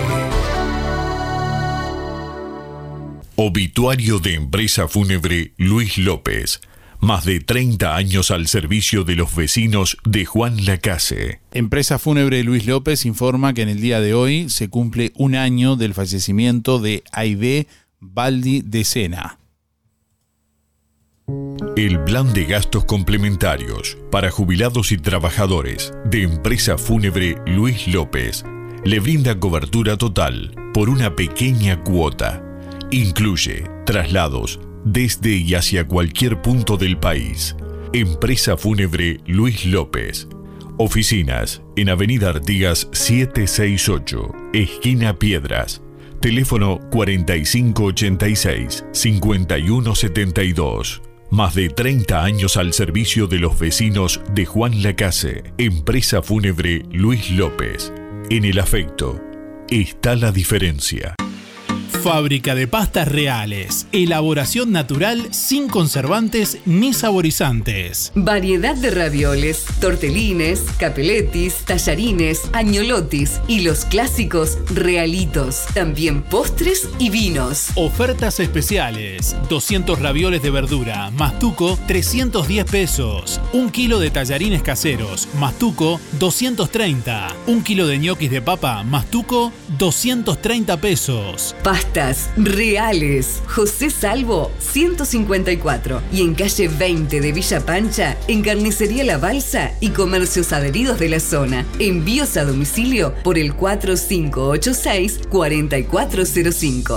Obituario de Empresa Fúnebre Luis López. Más de treinta años al servicio de los vecinos de Juan Lacase. Empresa Fúnebre Luis López informa que en el día de hoy se cumple un año del fallecimiento de Aide Baldi de Sena. El plan de gastos complementarios para jubilados y trabajadores de Empresa Fúnebre Luis López le brinda cobertura total por una pequeña cuota. Incluye traslados desde y hacia cualquier punto del país. Empresa Fúnebre Luis López. Oficinas en Avenida Artigas setecientos sesenta y ocho, esquina Piedras. Teléfono cuarenta y cinco ochenta y seis, cincuenta y uno setenta y dos. Más de treinta años al servicio de los vecinos de Juan Lacase. Empresa Fúnebre Luis López. En el afecto está la diferencia. Fábrica de pastas reales. Elaboración natural sin conservantes ni saborizantes. Variedad de ravioles, tortelines, capeletis, tallarines, agnolotis y los clásicos realitos. También postres y vinos. Ofertas especiales. doscientos ravioles de verdura, mastuco, trescientos diez pesos. Un kilo de tallarines caseros, mastuco, doscientos treinta. Un kilo de ñoquis de papa, mastuco, doscientos treinta pesos. Pastas reales. José Salvo ciento cincuenta y cuatro y en calle veinte de Villa Pancha, en Carnicería La Balsa y comercios adheridos de la zona. Envíos a domicilio por el cuatro cinco ocho seis, cuatro cuatro cero cinco.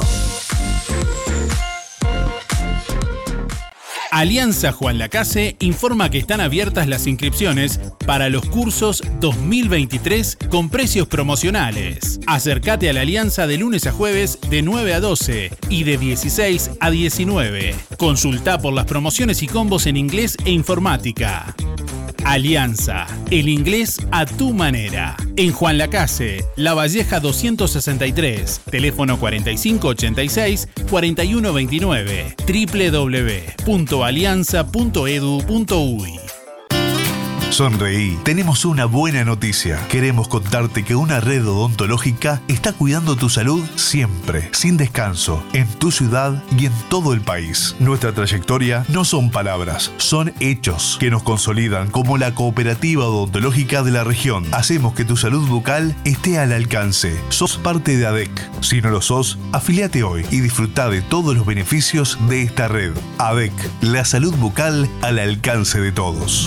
Alianza Juan Lacase informa que están abiertas las inscripciones para los cursos dos mil veintitrés con precios promocionales. Acércate a la Alianza de lunes a jueves de nueve a doce y de dieciséis a diecinueve. Consulta por las promociones y combos en inglés e informática. Alianza, el inglés a tu manera. En Juan Lacase, La Valleja doscientos sesenta y tres, teléfono cuarenta y cinco ochenta y seis, cuarenta y uno veintinueve, doble u doble u doble u punto alianza punto edu punto uy. Sonreí. Tenemos una buena noticia. Queremos contarte que una red odontológica está cuidando tu salud siempre, sin descanso, en tu ciudad y en todo el país. Nuestra trayectoria no son palabras, son hechos que nos consolidan como la cooperativa odontológica de la región. Hacemos que tu salud bucal esté al alcance. Sos parte de A D E C. Si no lo sos, afiliate hoy y disfruta de todos los beneficios de esta red. A D E C, la salud bucal al alcance de todos.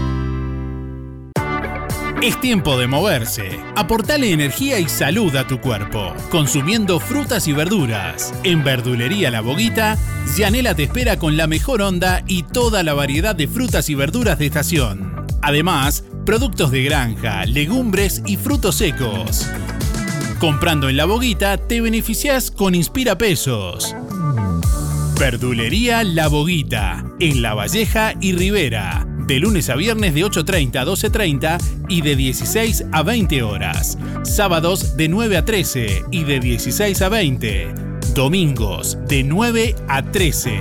Es tiempo de moverse. Aportale energía y salud a tu cuerpo, consumiendo frutas y verduras. En Verdulería La Boguita, Gianela te espera con la mejor onda y toda la variedad de frutas y verduras de estación. Además, productos de granja, legumbres y frutos secos. Comprando en La Boguita, te beneficiás con Inspira Pesos. Verdulería La Boguita, en La Valleja y Rivera. De lunes a viernes de ocho treinta a doce treinta y de dieciséis a veinte horas. Sábados de nueve a trece y de dieciséis a veinte. Domingos de nueve a trece.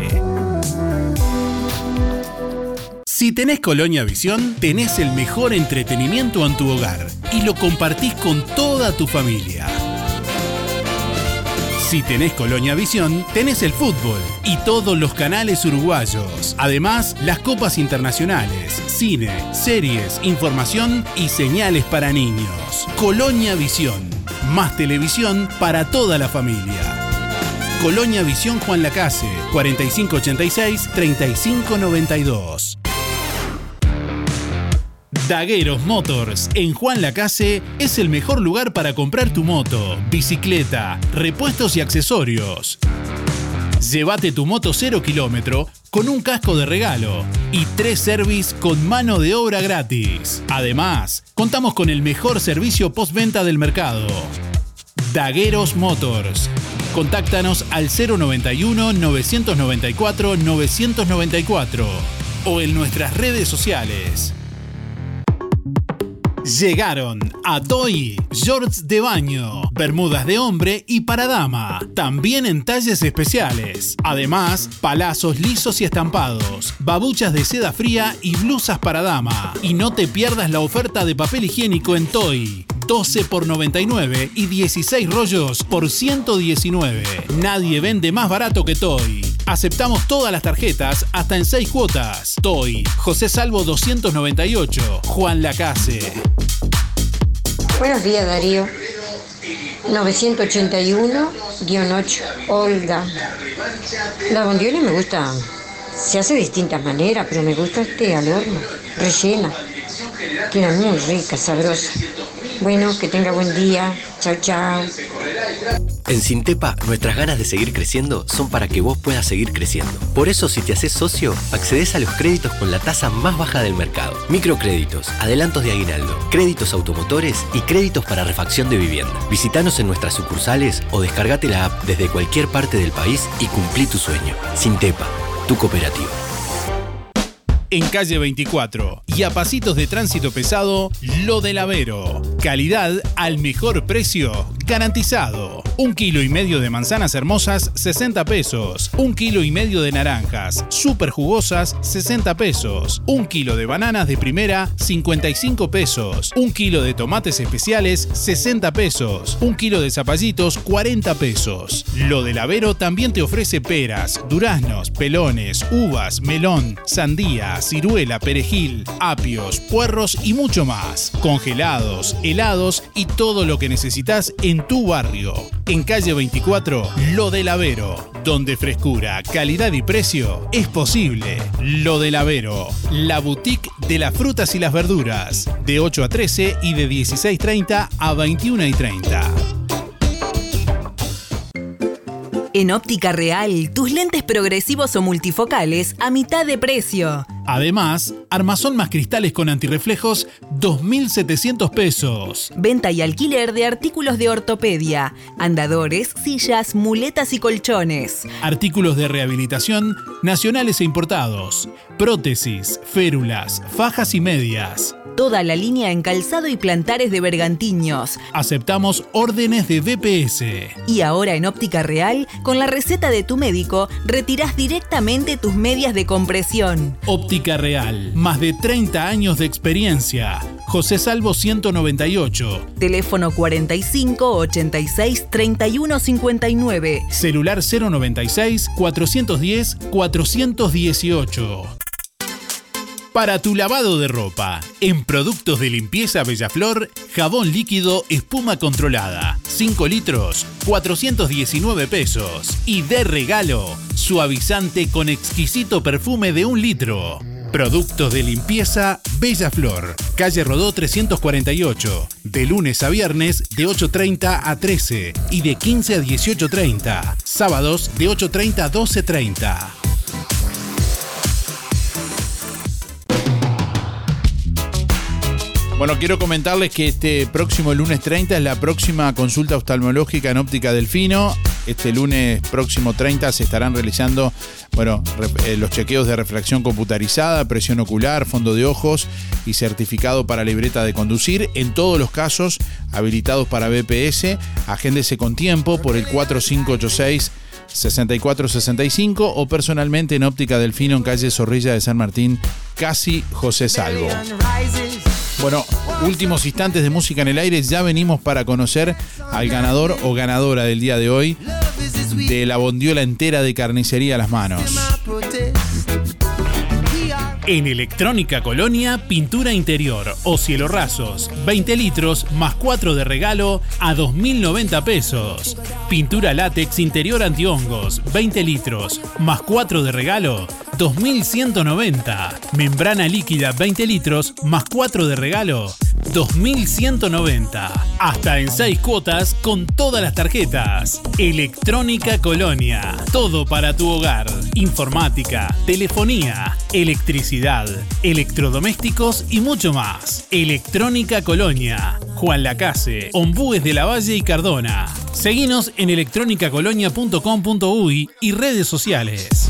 Si tenés Colonia Visión, tenés el mejor entretenimiento en tu hogar y lo compartís con toda tu familia. Si tenés Colonia Visión, tenés el fútbol y todos los canales uruguayos. Además, las copas internacionales, cine, series, información y señales para niños. Colonia Visión, más televisión para toda la familia. Colonia Visión Juan Lacase, cuarenta y cinco ochenta y seis, treinta y cinco noventa y dos. Dagueros Motors en Juan Lacase es el mejor lugar para comprar tu moto, bicicleta, repuestos y accesorios. Llévate tu moto cero kilómetro con un casco de regalo y tres service con mano de obra gratis. Además, contamos con el mejor servicio postventa del mercado. Dagueros Motors. Contáctanos al cero noventa y uno, novecientos noventa y cuatro, novecientos noventa y cuatro o en nuestras redes sociales. Llegaron a Toy shorts de baño, bermudas de hombre y para dama, también en talles especiales. Además, palazos lisos y estampados, babuchas de seda fría y blusas para dama. Y no te pierdas la oferta de papel higiénico en Toy. doce por noventa y nueve y dieciséis rollos por ciento diecinueve. Nadie vende más barato que Toy. Aceptamos todas las tarjetas hasta en seis cuotas. Toy, José Salvo doscientos noventa y ocho, Juan Lacase. Buenos días, Darío. novecientos ochenta y uno guión ocho, Olga. La bondiola me gusta Se hace de distintas maneras, pero me gusta este al horno, rellena. Queda muy rica, sabrosa. Bueno, que tenga buen día. Chao, chao. En Sintepa, nuestras ganas de seguir creciendo son para que vos puedas seguir creciendo. Por eso, si te haces socio, accedes a los créditos con la tasa más baja del mercado. Microcréditos, adelantos de aguinaldo, créditos automotores y créditos para refacción de vivienda. Visítanos en nuestras sucursales o descargate la app desde cualquier parte del país y cumplí tu sueño. Sintepa, tu cooperativa. En calle veinticuatro y a pasitos de tránsito pesado, Lo del Avero. Calidad al mejor precio, garantizado. Un kilo y medio de manzanas hermosas, sesenta pesos. Un kilo y medio de naranjas, súper jugosas, sesenta pesos. Un kilo de bananas de primera, cincuenta y cinco pesos. Un kilo de tomates especiales, sesenta pesos. Un kilo de zapallitos, cuarenta pesos. Lo del Avero también te ofrece peras, duraznos, pelones, uvas, melón, sandía, ciruela, perejil, apios, puerros y mucho más. Congelados, helados y todo lo que necesitas en tu barrio. En calle veinticuatro, Lo del Avero, donde frescura, calidad y precio es posible. Lo del Avero, la boutique de las frutas y las verduras, de ocho a trece y de dieciséis treinta a veintiuna y treinta. En Óptica Real, tus lentes progresivos o multifocales a mitad de precio. Además, armazón más cristales con antirreflejos, dos mil setecientos pesos. Venta y alquiler de artículos de ortopedia, andadores, sillas, muletas y colchones. Artículos de rehabilitación nacionales e importados. Prótesis, férulas, fajas y medias. Toda la línea en calzado y plantares de bergantiños. Aceptamos órdenes de B P S. Y ahora en Óptica Real, con la receta de tu médico, retirás directamente tus medias de compresión. Óptica Real, más de treinta años de experiencia. José Salvo ciento noventa y ocho. Teléfono cuarenta y cinco, ochenta y seis, treinta y uno cincuenta y nueve. Celular cero noventa y seis, cuatrocientos diez, cuatrocientos dieciocho. Para tu lavado de ropa, en Productos de Limpieza Bellaflor, jabón líquido espuma controlada, cinco litros, cuatrocientos diecinueve pesos. Y de regalo, suavizante con exquisito perfume de un litro. Productos de Limpieza Bellaflor, calle Rodó trescientos cuarenta y ocho, de lunes a viernes de ocho treinta a trece y de quince a dieciocho treinta, sábados de ocho treinta a doce treinta. Bueno, quiero comentarles que este próximo lunes treinta es la próxima consulta oftalmológica en Óptica Delfino. Este lunes próximo treinta se estarán realizando, bueno, los chequeos de refracción computarizada, presión ocular, fondo de ojos y certificado para libreta de conducir. En todos los casos habilitados para B P S, agéndese con tiempo por el cuatro cinco ocho seis, seis cuatro seis cinco o personalmente en Óptica Delfino en calle Zorrilla de San Martín, casi José Salvo. Bueno, últimos instantes de música en el aire. Ya venimos para conocer al ganador o ganadora del día de hoy de la bondiola entera de Carnicería Las Manos. En Electrónica Colonia, pintura interior o cielo rasos, veinte litros más cuatro de regalo a dos mil noventa pesos. Pintura látex interior antihongos, veinte litros más cuatro de regalo, dos mil ciento noventa. Membrana líquida, veinte litros más cuatro de regalo, dos mil ciento noventa. Hasta en seis cuotas con todas las tarjetas. Electrónica Colonia. Todo para tu hogar. Informática, telefonía, electricidad, electrodomésticos y mucho más. Electrónica Colonia. Juan Lacase, Ombúes de la Valle y Cardona. Seguinos en electrónica colonia punto com punto uy y redes sociales.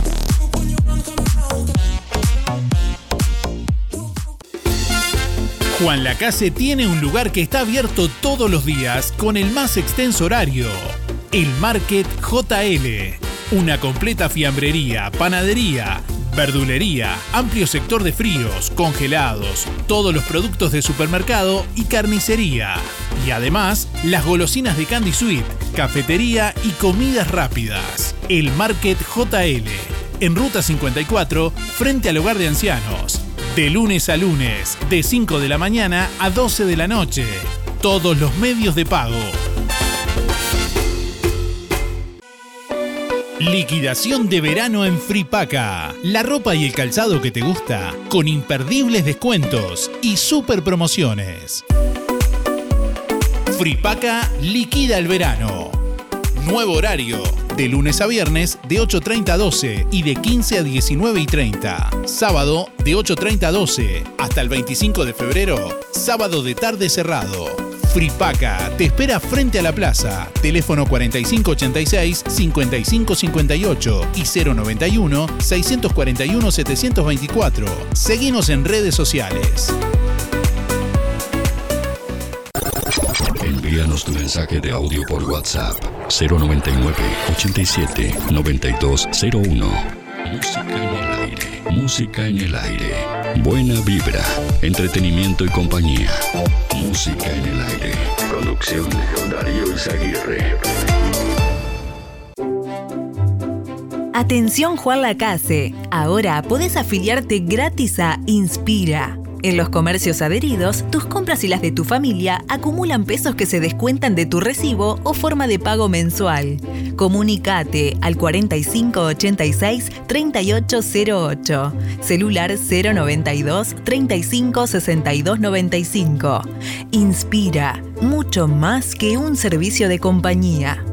Juan Lacase tiene un lugar que está abierto todos los días con el más extenso horario. El Market J L. Una completa fiambrería, panadería, verdulería, amplio sector de fríos, congelados, todos los productos de supermercado y carnicería. Y además, las golosinas de Candy Sweet, cafetería y comidas rápidas. El Market J L. En Ruta cincuenta y cuatro, frente al Hogar de Ancianos. De lunes a lunes, de cinco de la mañana a doce de la noche. Todos los medios de pago. Liquidación de verano en Fripaca. La ropa y el calzado que te gusta, con imperdibles descuentos y super promociones. Fripaca liquida el verano. Nuevo horario, de lunes a viernes de ocho treinta a doce y de quince a diecinueve y treinta. Sábado de ocho treinta a doce. Hasta el veinticinco de febrero, sábado de tarde cerrado. Fripaca te espera frente a la plaza. Teléfono cuarenta y cinco ochenta y seis, cincuenta y cinco cincuenta y ocho y cero noventa y uno, seiscientos cuarenta y uno, setecientos veinticuatro. Seguinos en redes sociales. Envíanos tu mensaje de audio por WhatsApp cero noventa y nueve, ochenta y siete, noventa y dos cero uno. Música en el aire. Música en el aire. Buena vibra, entretenimiento y compañía. Música en el aire. Producción de Darío Izaguirre. Atención Juan Lacase. Ahora podés afiliarte gratis a Inspira. En los comercios adheridos, tus compras y las de tu familia acumulan pesos que se descuentan de tu recibo o forma de pago mensual. Comunicate al cuarenta y cinco ochenta y seis, treinta y ocho cero ocho. Celular cero noventa y dos, treinta y cinco sesenta y dos noventa y cinco. Inspira, mucho más que un servicio de compañía.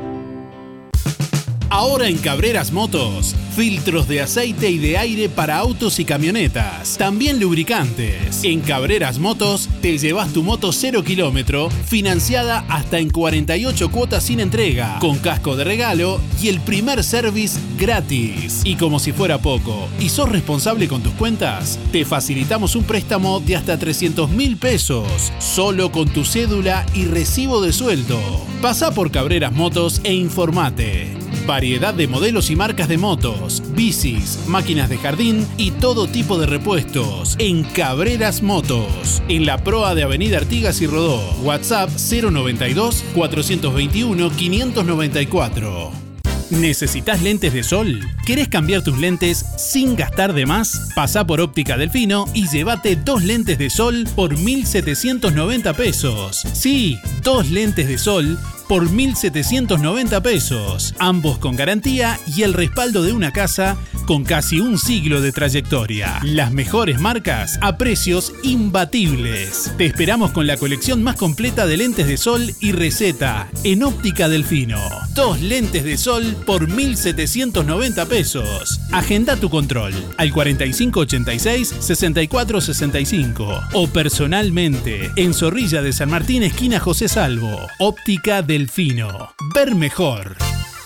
Ahora en Cabreras Motos, filtros de aceite y de aire para autos y camionetas. También lubricantes. En Cabreras Motos te llevas tu moto cero kilómetro, financiada hasta en cuarenta y ocho cuotas sin entrega, con casco de regalo y el primer service gratis. Y como si fuera poco, y sos responsable con tus cuentas, te facilitamos un préstamo de hasta trescientos mil pesos, solo con tu cédula y recibo de sueldo. Pasá por Cabreras Motos e informate. Variedad de modelos y marcas de motos, bicis, máquinas de jardín y todo tipo de repuestos en Cabreras Motos, en la proa de Avenida Artigas y Rodó. WhatsApp cero noventa y dos, cuatrocientos veintiuno, quinientos noventa y cuatro. ¿Necesitas lentes de sol? ¿Querés cambiar tus lentes sin gastar de más? Pasá por Óptica Delfino y llévate dos lentes de sol por mil setecientos noventa pesos. Sí, dos lentes de sol por mil setecientos noventa pesos. Ambos con garantía y el respaldo de una casa con casi un siglo de trayectoria. Las mejores marcas a precios imbatibles. Te esperamos con la colección más completa de lentes de sol y receta en Óptica Delfino. Dos lentes de sol por mil setecientos noventa pesos. Agenda tu control al cuarenta y cinco ochenta y seis, sesenta y cuatro sesenta y cinco o personalmente en Zorrilla de San Martín, esquina José Salvo. Óptica Delfino. Ver mejor.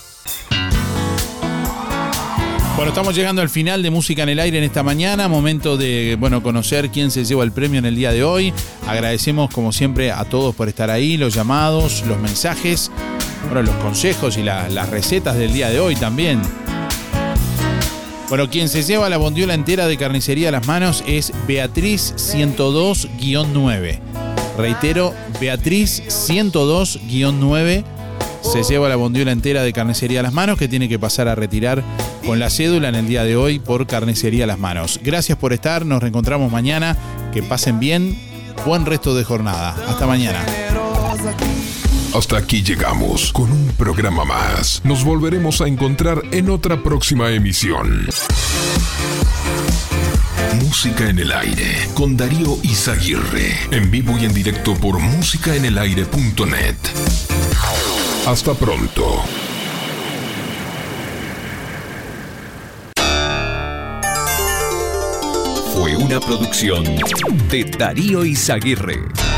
Bueno, estamos llegando al final de Música en el Aire en esta mañana. Momento de, bueno, conocer quién se lleva el premio en el día de hoy. Agradecemos, como siempre, a todos por estar ahí, los llamados, los mensajes, bueno, los consejos y la, las recetas del día de hoy también. Bueno, quien se lleva la bondiola entera de Carnicería Las Manos es Beatriz ciento dos guión nueve. Reitero, Beatriz ciento dos guión nueve se lleva la bondiola entera de Carnicería Las Manos, que tiene que pasar a retirar con la cédula en el día de hoy por Carnicería Las Manos. Gracias por estar, nos reencontramos mañana, que pasen bien, buen resto de jornada. Hasta mañana. Hasta aquí llegamos con un programa más. Nos volveremos a encontrar en otra próxima emisión. Música en el aire con Darío Izaguirre, en vivo y en directo por música en el aire punto net. Hasta pronto. Fue una producción de Darío Izaguirre.